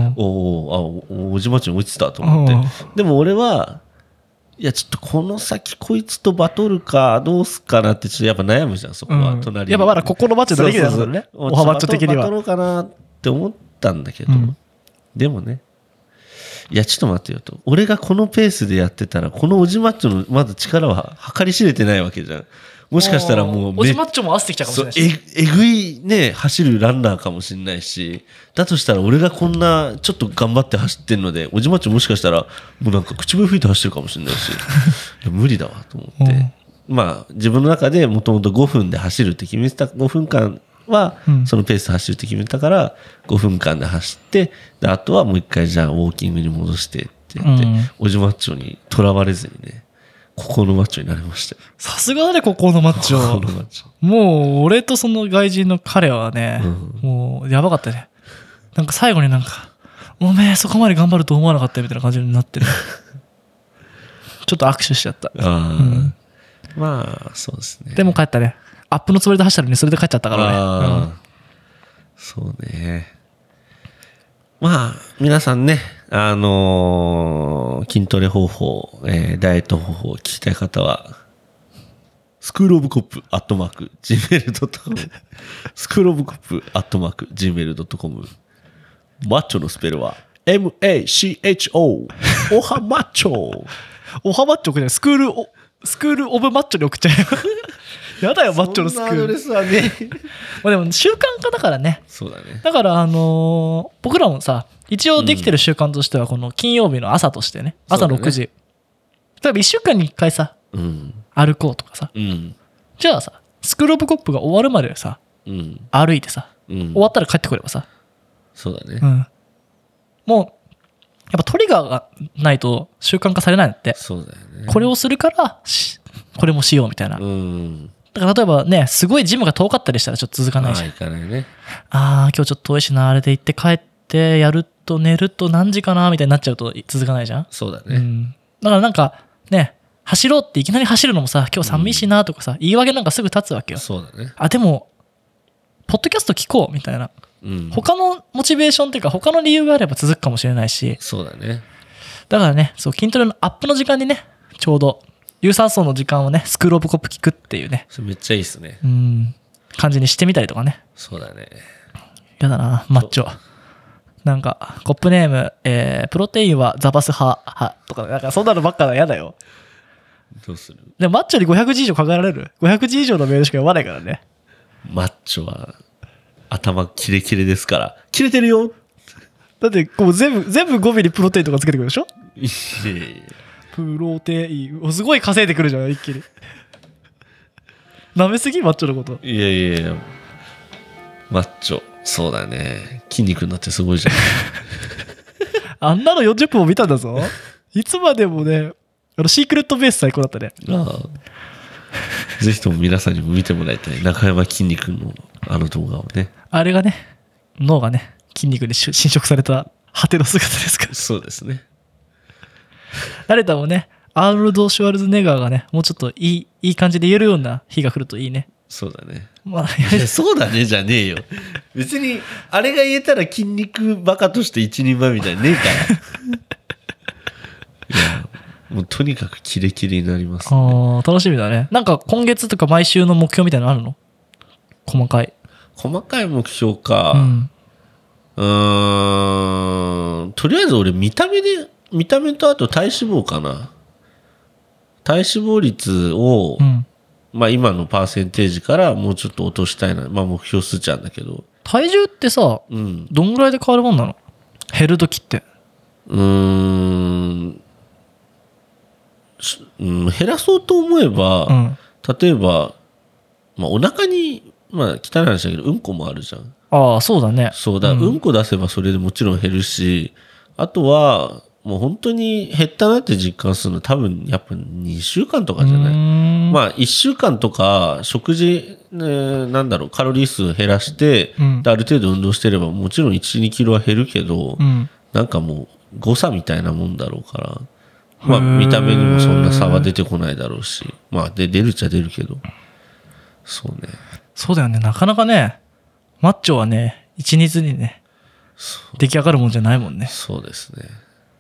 おじまちに落ちてたと思って。でも俺は、いや、ちょっとこの先こいつとバトルか、どうすっかなって、ちょっとやっぱ悩むじゃん、そこは。隣に。 やっぱまだここのマッチョだけだからね。おはマッチョ的には。 バトろうかなって思ったんだけど、でもね、いや、ちょっと待ってよと。俺がこのペースでやってたら、このおじマッチョのまだ力は計り知れてないわけじゃん。もしかしたらもうおじマッチョも合わせてきたかもしれないし、 えぐいね走るランナーかもしれないし、だとしたら俺がこんなちょっと頑張って走ってんので、おじマッチョもしかしたらもうなんか口笛吹いて走ってるかもしれないし無理だわと思って、まあ自分の中でもともと5分で走るって決めてた、5分間はそのペースで走るって決めたから5分間で走って、であとはもう一回じゃあウォーキングに戻してって言って、おじマッチョにとらわれずにね、ここのマッチョになりました。 さすがだね、ここのマッチョ。もう、俺とその外人の彼はね、もう、やばかったね。なんか最後になんか、おめえそこまで頑張ると思わなかったみたいな感じになってる。ちょっと握手しちゃった。 まあ、そうですね。 でも帰ったね。アップのつもりで走ったのにそれで帰っちゃったからね。 そうね。まあ、皆さんね、筋トレ方法、ダイエット方法を聞きたい方は、スクールオブコップアットマーク Gmail.com スクールオブコップアットマーク Gmail.com マッチョのスペルは MACHO おはマッチョおはマッチョ送っちゃう。スクールオブマッチョに送っちゃう。やだよ、マッチョのスクール。そんなアドレスはね。まあでも習慣化だからね。 そうだね。 だから僕らもさ、一応できてる習慣としては、この金曜日の朝としてね、朝6時。例えば1週間に1回さ、歩こうとかさ。じゃあさ、スクールオブコップが終わるまでさ、歩いてさ、終わったら帰ってくればさ。 そうだね。 もう、やっぱトリガーがないと習慣化されないんだって。 そうだよね。 これをするから、これもしようみたいな。だから例えばね、すごいジムが遠かったりしたらちょっと続かないし。 行かないね。 今日ちょっと遠いしな、あれで行って帰ってやると寝ると何時かなみたいになっちゃうと続かないじゃん。 そうだね。 だからなんかね、走ろうっていきなり走るのもさ、今日寒いしなとかさ、言い訳なんかすぐ立つわけよ。 そうだね。 でも、ポッドキャスト聞こうみたいな。他のモチベーションっていうか、他の理由があれば続くかもしれないし。 そうだね。 だからね、そう、筋トレのアップの時間にね、ちょうど、有酸素の時間をね、スクールオブコップ聞くっていうね。 それめっちゃいいっすね。 感じにしてみたりとかね。 そうだね。 やだな、マッチョ。なんか、コップネーム、プロテインはザバス派とか、なんかそんなのばっかだ、やだよ。 どうする？ でもマッチョに500字以上考えられる？ 500 字以上のメールしか読まないからね。 マッチョは、頭キレキレですから。キレてるよ。 だって、こう全部語尾にプロテインとかつけてくるでしょ？プロテイン。すごい稼いでくるじゃん、一気に。舐めすぎマッチョのこと。 いや。マッチョ。そうだね。筋肉になってすごいじゃん。 あんなの40分も見たんだぞ。いつまでもね、シークレットベース最高だったね。 ぜひとも皆さんにも見てもらいたい。中山筋肉のあの動画をね。 あれがね、脳がね、筋肉に侵食された果ての姿ですから。 そうですね。 誰だもね、アーノルド・シュワルツェネッガーがね、もうちょっといい感じで言えるような日が来るといいね。 そうだね。 まあ、 そうだねじゃねえよ。別に、あれが言えたら筋肉バカとして一人前みたいにねえから。いや、もうとにかくキレキレになりますね。 楽しみだね。なんか今月とか毎週の目標みたいなのあるの？細かい目標か。とりあえず俺見た目とあと体脂肪かな。体脂肪率をまあ今のパーセンテージからもうちょっと落としたいな。まあ目標数値なんだけど。 体重ってさ、どんぐらいで変わるもんなの？減るときって。 減らそうと思えば、例えば、まあお腹に、まあ汚い話だけど、うんこもあるじゃん。 ああ、そうだね。 そうだ、うんこ出せばそれでもちろん減るし、あとは、もう本当に減ったなって実感するの多分やっぱ2週間とかじゃない。まあ1週間とか食事、なんだろう、カロリー数減らして、ある程度運動してればもちろん1、2キロは減るけど、なんかもう誤差みたいなもんだろうから、まあ見た目にもそんな差は出てこないだろうし、まあ出るっちゃ出るけど、そうね。 そうだよね、なかなかね、マッチョはね、1日にね、出来上がるもんじゃないもんね。 そうですね。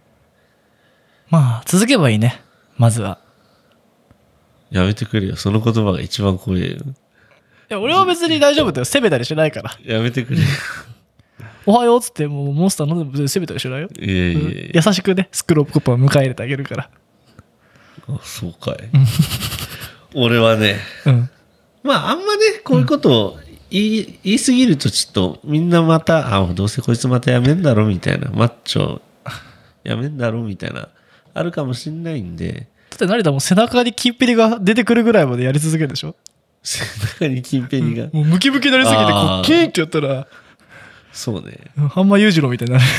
まあ続けばいいね、まずは。 やめてくれよ、その言葉が一番怖いよ。いや俺は別に大丈夫だよ、責めたりしないから。 やめてくれよ。 おはようっつってもうモンスター飲んでも責めたりしないよ。 いやいやいや優しくね、スクロープコップは迎え入れてあげるから。 あ、そうかい。俺はね、まああんまねこういうことを言い過ぎるとちょっとみんなまたどうせこいつまたやめんだろみたいな、マッチョやめんだろみたいなあるかもしんないんで。 だって成田も背中にキンペリが出てくるぐらいまでやり続けるでしょ。 背中にキンペリが、 もうムキムキになりすぎてこうキーンってやったら、 そうね、 半間裕次郎みたいになる。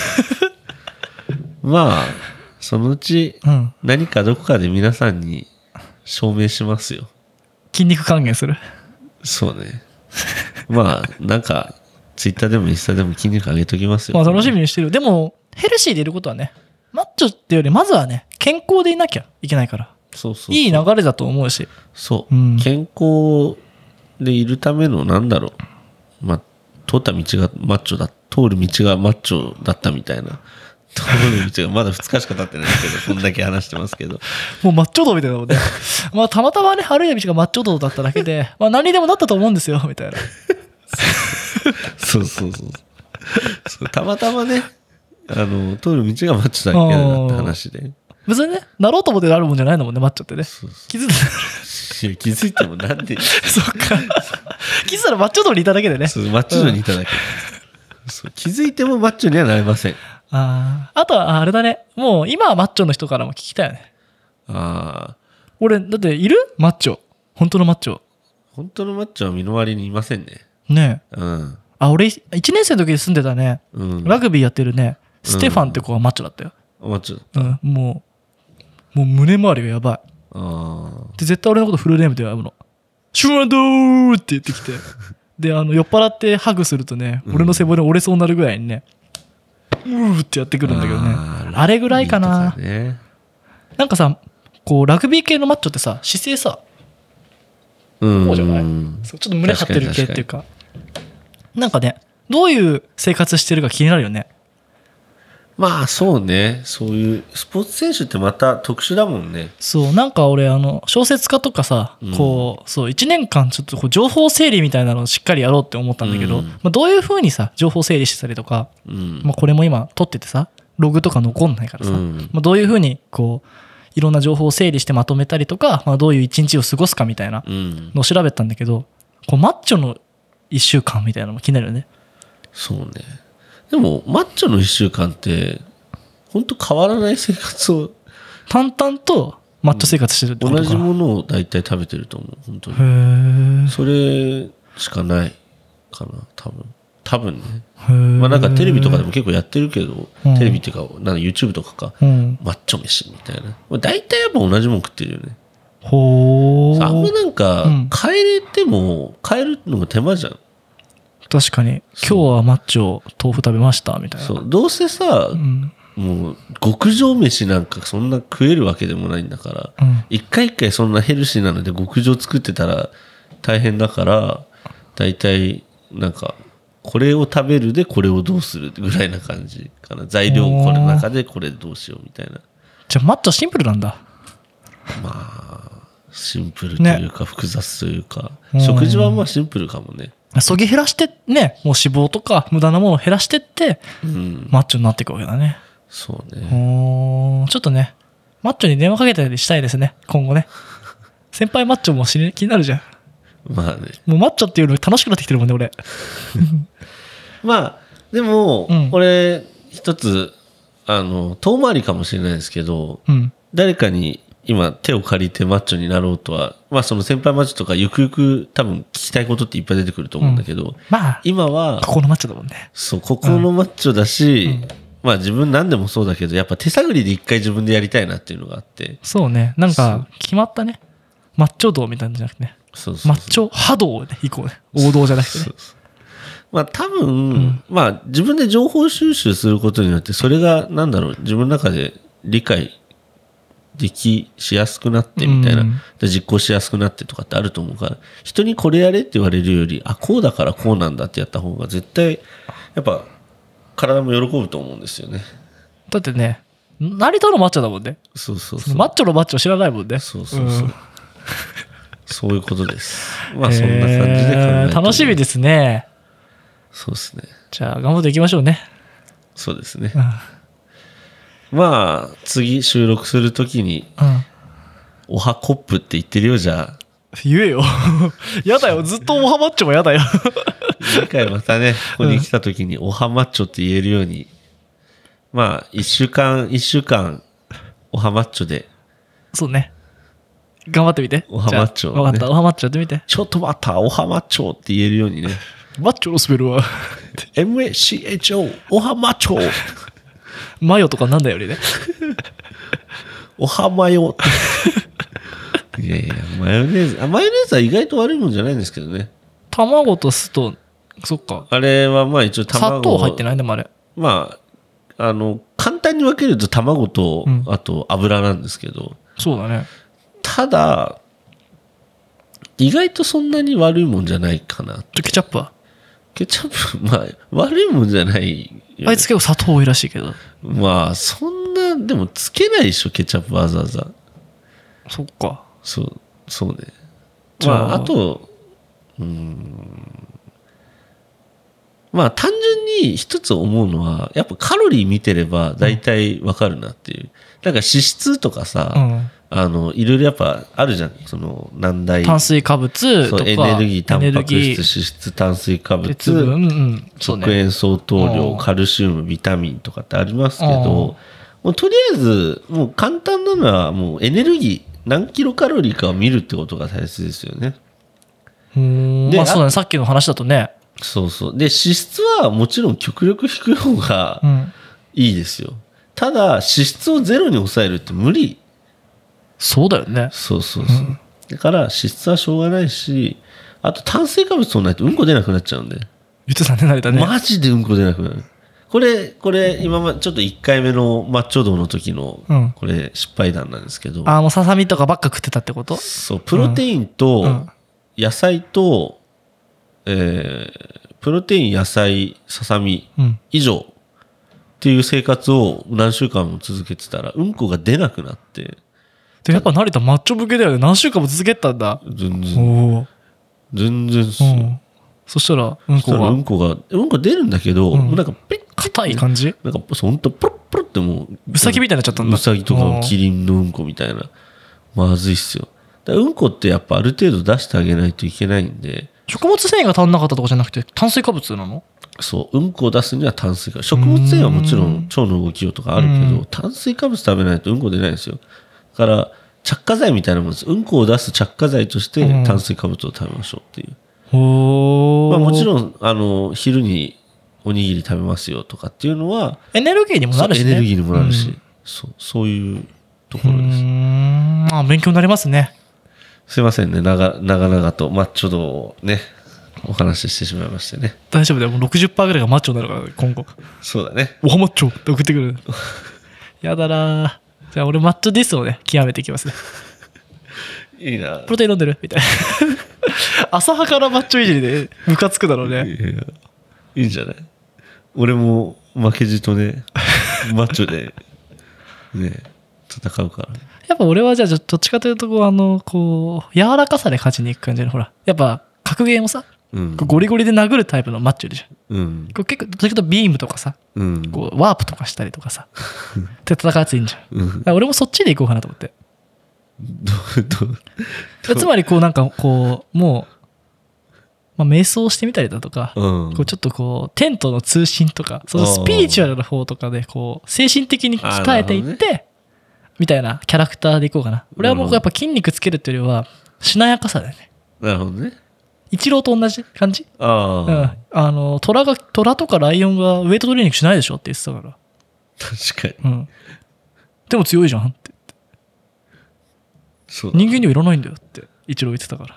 まあそのうち何かどこかで皆さんに証明しますよ。 筋肉還元する。 そうね。まあなんかツイッターでもインスタでも筋肉上げときますよ。 まあ楽しみにしてる。でもヘルシーでいることはね、マッチョってよりまずはね、健康でいなきゃいけないから。 そうそうそう、 いい流れだと思うし。 そう、健康でいるためのなんだろう、まあ通った道がマッチョだ、通る道がマッチョだったみたいな。通る道がまだ2日しか経ってないけど、こんだけ話してますけど。 もうマッチョ道みたいなもんね。まあたまたまね、歩いた道がマッチョ道だっただけで、まあ何にでもなったと思うんですよ、みたいな。 そうそうそう。たまたまね、通る道がマッチョだけだって話で。 別にね、なろうと思ってなるもんじゃないんだもんね、マッチョってね。 そうそう、 気づい気づいてもなんで。 そっか。気づいたらマッチョ道にいただけでね。 そう、マッチョ道にいただけ。そう、気づいてもマッチョにはなれません。 あとはあれだね、もう今はマッチョの人からも聞きたいよね。俺だっている？マッチョ、本当のマッチョ。 本当のマッチョは身の回りにいませんね。 ねえ。俺1年生の時に住んでたね、ラグビーやってるね、ステファンって子がマッチョだったよ。 マッチョだった。 もう胸周りがやばい。で絶対俺のことフルネームで呼ぶの。シュワンドーって言ってきて、で酔っ払ってハグするとね、俺の背骨折れそうになるぐらいにね、ってやってくるんだけどね。あれぐらいかな。なんかさ、こうラグビー系のマッチョってさ、姿勢さ、こうじゃない？ちょっと胸張ってる系っていうか、なんかね、どういう生活してるか気になるよね。 まあそうね、そういうスポーツ選手ってまた特殊だもんね。 そう、なんか俺小説家とかさ、こうそう1年間ちょっとこう情報整理みたいなのをしっかりやろうって思ったんだけど、まあ、どういう風にさ情報整理してたりとか、まあ、これも今撮っててさログとか残んないからさ、まあ、どういう風にこういろんな情報を整理してまとめたりとか、まあ、どういう一日を過ごすかみたいなのを調べたんだけど、こうマッチョの1週間みたいなのも気になるよね。 そうね。でもマッチョの1週間って本当変わらない生活を淡々とマッチョ生活してるってことか。 同じものを大体食べてると思う、本当に。それしかないかな、多分ね。まあなんかテレビとかでも結構やってるけど、テレビっていうかなんか YouTube とかか、マッチョ飯みたいな。大体やっぱ同じもん食ってるよね。あんまなんか変えても変えるのが手間じゃん。 確かに今日はマッチョ豆腐食べましたみたいな。 そう、どうせさ、もう極上飯なんかそんな食えるわけでもないんだから、一回一回そんなヘルシーなので極上作ってたら大変だから、大体なんかこれを食べるでこれをどうするぐらいな感じかな。材料これの中でこれどうしようみたいな。 じゃあマッチョシンプルなんだ。 まあシンプルというか複雑というか、食事はまあシンプルかもね。 そぎ減らしてね、もう脂肪とか無駄なものを減らしてって、マッチョになっていくわけだね。 そうね。 ちょっとね、マッチョに電話かけたりしたいですね、今後ね。 先輩マッチョも気になるじゃん。 まあね。 もうマッチョっていうの楽しくなってきてるもんね、俺。 まあ、でも、これ、一つ、遠回りかもしれないですけど、誰かに今手を借りてマッチョになろうとは、まあその先輩マッチョとかゆくゆく多分聞きたいことっていっぱい出てくると思うんだけど、 まあ、 今は、 ここのマッチョだもんね。 そう、ここのマッチョだし、まあ自分何でもそうだけど、やっぱ手探りで一回自分でやりたいなっていうのがあって。 そうね。なんか、決まったね。マッチョ道みたいなんじゃなくてね。 そうそうそう、 マッチョ波動をね、行こうね。王道じゃなくてね。 そうそう、まあ多分、まあ自分で情報収集することによって、それがなんだろう、自分の中で理解しやすくなってみたいな、で実行しやすくなってとかってあると思うから、人にこれやれって言われるより、あ、こうだからこうなんだってやった方が絶対、やっぱ体も喜ぶと思うんですよね。 だってね、成田のマッチョだもんね。 そうそうそう。 マッチョのマッチョ知らないもんね。 そうそうそう。そういうことです。まあそんな感じで考えて、 楽しみですね。 そうですね。 じゃあ頑張っていきましょうね。 そうですね。まあ次収録するときに、おはコップって言ってるよ、じゃあ。 言えよ。やだよ、ずっとおはマッチョもやだよ。 次回またね、ここに来たときにおはマッチョって言えるように、まあ一週間、おはマッチョで。 そうね。頑張ってみて。 おはマッチョ、ね。 分かった、おはマッチョやってみて。 ちょっと待った、おはマッチョって言えるようにね。 マッチョのスペルは MACHO、おはマッチョ。 マヨとかなんだよりね。 おはマヨ。いやいや、マヨネーズは意外と悪いもんじゃないんですけどね。 卵と酢と、そっか。 あれはまあ一応卵。砂糖入ってないね、あれ。 まあ、簡単に分けると卵と、あと油なんですけど。 そうだね。 ただ、意外とそんなに悪いもんじゃないかな。 ケチャップはケチャップ、まあ、悪いもんじゃないよね。 あいつ結構砂糖多いらしいけど。 まあ、そんな、でもつけないでしょ、ケチャップわざわざ。 そっか。 そうね。まあ、あと、まあ、単純に一つ思うのは、やっぱカロリー見てれば大体わかるなっていう。なんか脂質とかさ、いろいろやっぱあるじゃん。その、何大。 炭水化物とか。 エネルギー、タンパク質、脂質、炭水化物、食塩相当量、カルシウム、ビタミンとかってありますけど、もうとりあえず、もう簡単なのは、もうエネルギー、何キロカロリーかを見るってことが大切ですよね。 まあそうだね、さっきの話だとね。 そうそう。で、脂質はもちろん極力低い方がいいですよ。ただ、脂質をゼロに抑えるって無理。 そうだよね。 そう。だから、脂質はしょうがないし、あと炭水化物取らないとうんこ出なくなっちゃうんで。 言ってたね、慣れたね。 マジでうんこ出なくなる。これ、今までちょっと1回目のマッチョ道の時の、これ失敗談なんですけど。 もうささみとかばっか食ってたってこと？ そう、プロテインと、野菜と、プロテイン、野菜、ささみ以上っていう生活を何週間も続けてたら、うんこが出なくなって。 で、やっぱ成田マッチョ向けだよね。何週間も続けてたんだ。 全然っすよ。 そしたら、うんこ出るんだけど、もうなんかピッ、 硬い感じ？ なんかほんとポロッポロってもう、 ウサギみたいになっちゃったんだ。 ウサギとかキリンのうんこみたいな。まずいっすよ。うんこってやっぱある程度出してあげないといけないんで。 食物繊維が足んなかったとかじゃなくて炭水化物なの？ そう、うんこを出すには炭水化物。食物繊維はもちろん腸の動きようとかあるけど、炭水化物食べないとうんこ出ないんですよ。だから着火剤みたいなもんです。うんこを出す着火剤として炭水化物を食べましょうっていう。まあ、もちろん昼におにぎり食べますよとかっていうのはエネルギーにもなるしね。 エネルギーにもなるし、そういうところです。 勉強になりますね。 すいませんね、長々とマッチョ道をねお話ししてしまいましてね。 大丈夫だよ、もう 60% ぐらいがマッチョになるから今後。 そうだね。 おはマッチョって送ってくる。やだな。じゃあ俺マッチョディスをね極めていきますね。 いいな。 プロテイン飲んでるみたいな。浅はかなマッチョいじりでムカつくだろうね。 いいんじゃない？俺も負けじとねマッチョでね戦うから。 やっぱ俺はじゃあどっちかというとこう柔らかさで勝ちに行く感じで、ほらやっぱ格ゲーもさ、ゴリゴリで殴るタイプのマッチョでしょ。こう結構どっちかというとビームとかさ、こうワープとかしたりとかさって戦うやついいんじゃん。俺もそっちで行こうかなと思って。 つまりこうなんかこうもう、瞑想してみたりだとか、こうちょっとこう天との通信とかそのスピリチュアルな方とかでこう精神的に鍛えていって、みたいなキャラクターでいこうかな。俺はもうやっぱ筋肉つけるっていうよりはしなやかさだよね。 なるほどね。 イチローと同じ感じ。虎とかライオンがウェイトトレーニングしないでしょって言ってたから。 確かに。 でも強いじゃんって言って。 そう人間にはいらないんだよってイチロー言ってたから。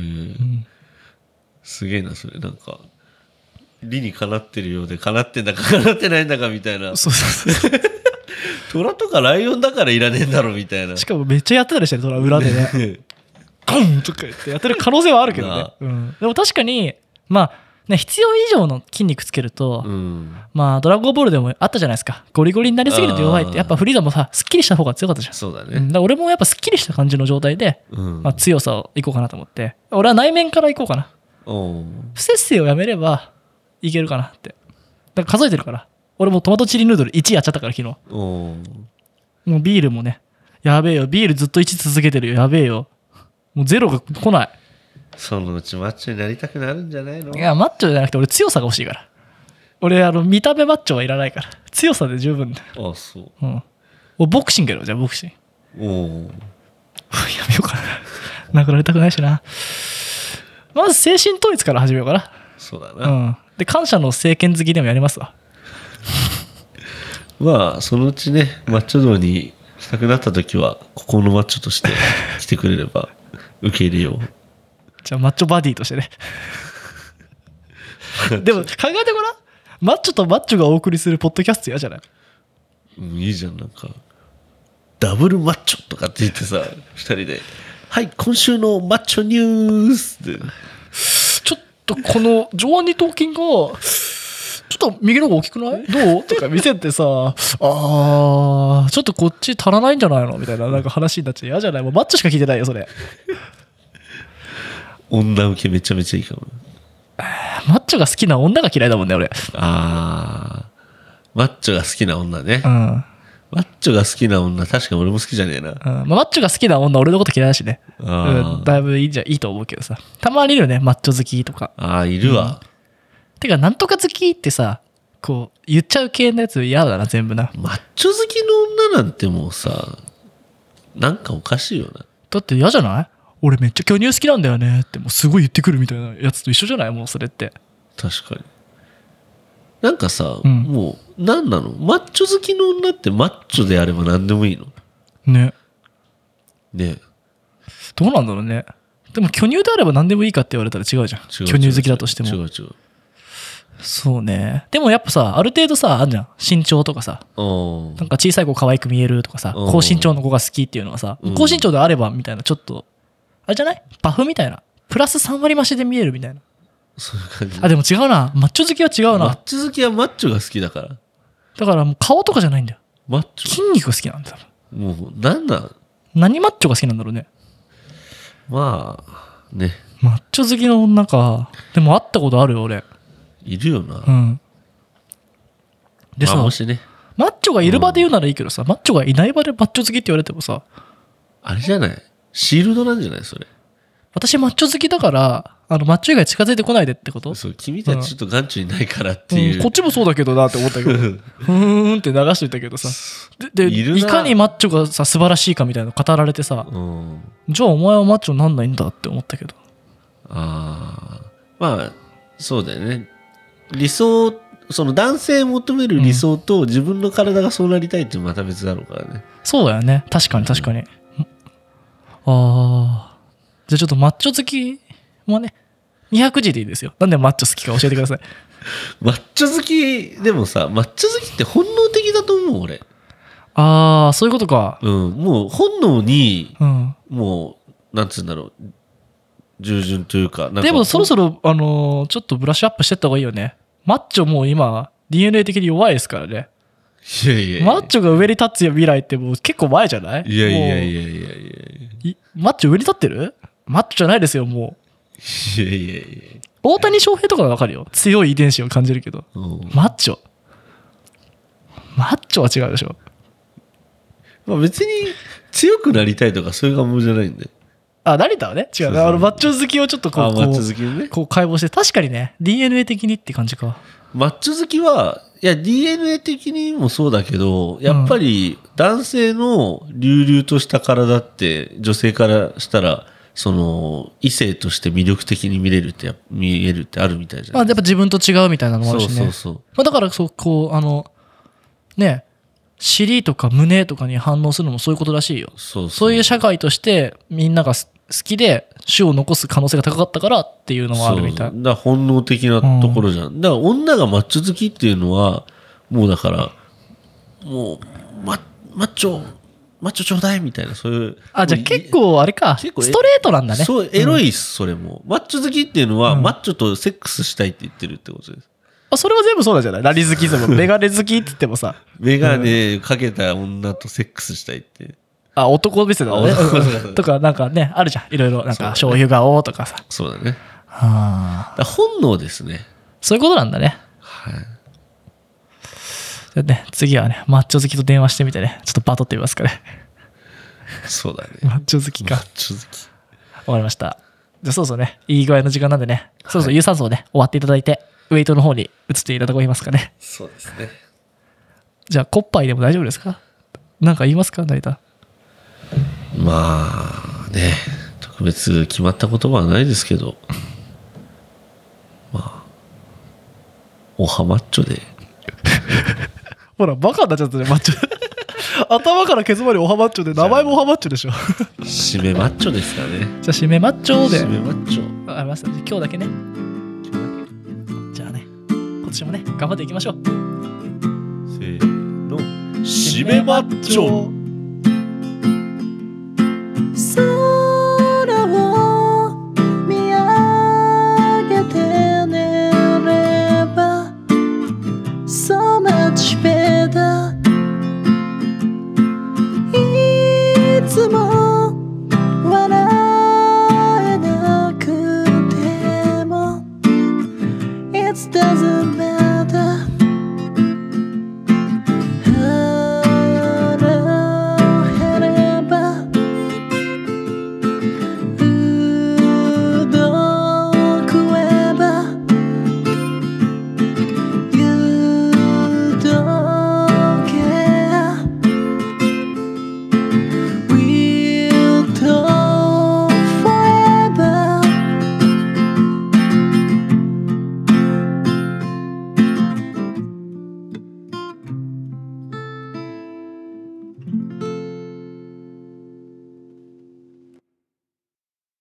すげえなそれ。なんか理にかなってるようでかなってんだかかなってないんだかみたいな。 そう虎とかライオンだからいらねえんだろみたいな。 しかもめっちゃやってたりしてる虎裏でね。ゴンとか言ってやってる可能性はあるけどね。でも確かに必要以上の筋肉つけると、ドラゴンボールでもあったじゃないですか。ゴリゴリになりすぎると弱いって。やっぱフリーザもさすっきりした方が強かったじゃん。 そうだね。 だから俺もやっぱすっきりした感じの状態で、強さをいこうかなと思って、俺は内面からいこうかな。不節制をやめればいけるかなって。だから数えてるから。俺もトマトチリヌードル1やっちゃったから昨日。もうビールもね、やべえよ。ビールずっと1続けてるよ。やべえよ。もうゼロが来ない。 そのうちマッチョになりたくなるんじゃないの？ いや、マッチョじゃなくて俺強さが欲しいから。俺見た目マッチョはいらないから。強さで十分だよ。 あ、そう。 ボクシングやろ、じゃあボクシング。やめようかな。殴られたくないしな。まず精神統一から始めようかな。 そうだな。 で、感謝の政権好きでもやりますわ。 そのうちね、マッチョ道にしたくなった時は、ここのマッチョとして来てくれれば受け入れよう。 じゃあマッチョバディとしてね。でも考えてごらん。マッチョとマッチョがお送りするポッドキャスト嫌じゃない？ いいじゃん。なんかダブルマッチョとかって言ってさ、2人ではい今週のマッチョニュースでちょっとこの上腕二頭筋がちょっと右の方が大きくないどうとか見せてさ、ちょっとこっち足らないんじゃないのみたいななんか話になっちゃう。嫌じゃない？もうマッチョしか聞いてないよそれ。 女受けめちゃめちゃいいかも。 マッチョが好きな女が嫌いだもんね俺。 マッチョが好きな女ね。マッチョが好きな女確かに俺も好きじゃねえな。 マッチョが好きな女俺のこと嫌いだしね。だいぶいいと思うけどさ。たまにいるよねマッチョ好きとか。 いるわ。 てかなんとか好きってさこう言っちゃう系のやつ嫌だな全部な。 マッチョ好きの女なんてもうさなんかおかしいよな。 だって嫌じゃない？俺めっちゃ巨乳好きなんだよねってもうすごい言ってくるみたいなやつと一緒じゃない？もうそれって確かになんかさ、もう何なのマッチョ好きの女ってマッチョであれば何でもいいのねどうなんだろうね。でも巨乳であれば何でもいいかって言われたら違うじゃん。巨乳好きだとしても違うそうね。でもやっぱさある程度さあるじゃん身長とかさなんか小さい子可愛く見えるとかさ高身長の子が好きっていうのはさ高身長であればみたいなちょっとあれじゃないバフみたいなプラス3割増しで見えるみたいな。 そういう感じ。 でも違うなマッチョ好きは違うな。 マッチョ好きはマッチョが好きだからだからもう顔とかじゃないんだよ。 マッチョ筋肉が好きなんだよ。 もう何マッチョが好きなんだろうね。 マッチョ好きの女か。でも会ったことあるよ俺。 いるよな。 でさ、 もしねマッチョがいる場で言うならいいけどさ、マッチョがいない場でマッチョ好きって言われてもさあれじゃないシールドなんじゃないそれ。 私マッチョ好きだからマッチョ以外近づいてこないでってこと？ そう君たちちょっと眼中にないからっていう、 こっちもそうだけどなって思ったけどふーんって流しといたけどさでいかにマッチョがさ素晴らしいかみたいなの語られてさ、じゃあお前はマッチョなんないんだって思ったけど。 そうだよね。理想その男性求める理想と自分の体がそうなりたいっていうのはまた別だろうからね。 そうだよね確かに。じゃあちょっとマッチョ好きもね200字でいいですよ。なんでマッチョ好きか教えてください。 マッチョ好きでもさマッチョ好きって本能的だと思う俺。 そういうことか。 もう本能に、もうなんつうんだろう従順というか。 でもそろそろちょっとブラッシュアップしてった方がいいよね。マッチョもう今 DNA 的に弱いですからね。 いやマッチョが上に立つ未来ってもう結構前じゃない？ いやマッチョ上に立ってる？マッチョじゃないですよもう。いや大谷翔平とかは分かるよ。強い遺伝子を感じるけど、マッチョは違うでしょ。 別に強くなりたいとかそういう願望じゃないんで。 成田はね、違う。マッチョ好きをちょっとこう、 マッチョ好きね。 こう解剖して、確かにね、DNA 的にって感じか。 マッチョ好きは、いや、DNA 的にもそうだけど、やっぱり男性の隆々とした体って、女性からしたら、その、異性として魅力的に見えるってあるみたいじゃないですか。 やっぱ自分と違うみたいなのもあるしね。 そう。 だから、こう、ね、尻とか胸とかに反応するのもそういうことらしいよ。そういう社会としてみんなが好きで種を残す可能性が高かったからっていうのもあるみたい。 だから本能的なところじゃん。だから女がマッチョ好きっていうのは、もうだから、もう、マッチョちょうだいみたいな、そういう。 じゃあ結構あれか、ストレートなんだね。 そう、エロいっす、それも。マッチョ好きっていうのは、マッチョとセックスしたいって言ってるってことです。 それは全部そうなんじゃない？ラリ好きでもメガネ好きって言ってもさ。 メガネかけた女とセックスしたいって。 男目線だね。とかなんかね、あるじゃん。いろいろ、なんか醤油顔とかさ。 そうだね。本能ですね。 そういうことなんだね。 はい。 じゃね、次はね、マッチョ好きと電話してみてね、ちょっとバトってみますかね。 そうだね。 マッチョ好きか。 マッチョ好き。 わかりました。じゃあそうそうね、いい具合の時間なんでね、そろそろ有酸素をね、終わっていただいて、ウェイトの方に移っていただけますかね。 そうですね。 じゃあ、コッパイでも大丈夫ですか？なんか言いますか、成田。 まあね、特別決まった言葉はないですけど、まあ、おはマッチョで。 ほら、バカになっちゃったね、マッチョ。頭からケツまでおはマッチョで、名前もおはマッチョでしょ。 締めマッチョですかね。 じゃあ、締めマッチョで。 締めマッチョ。 わかりました。今日だけね。じゃあね、今年もね、頑張っていきましょう。 せーの。締めマッチョ。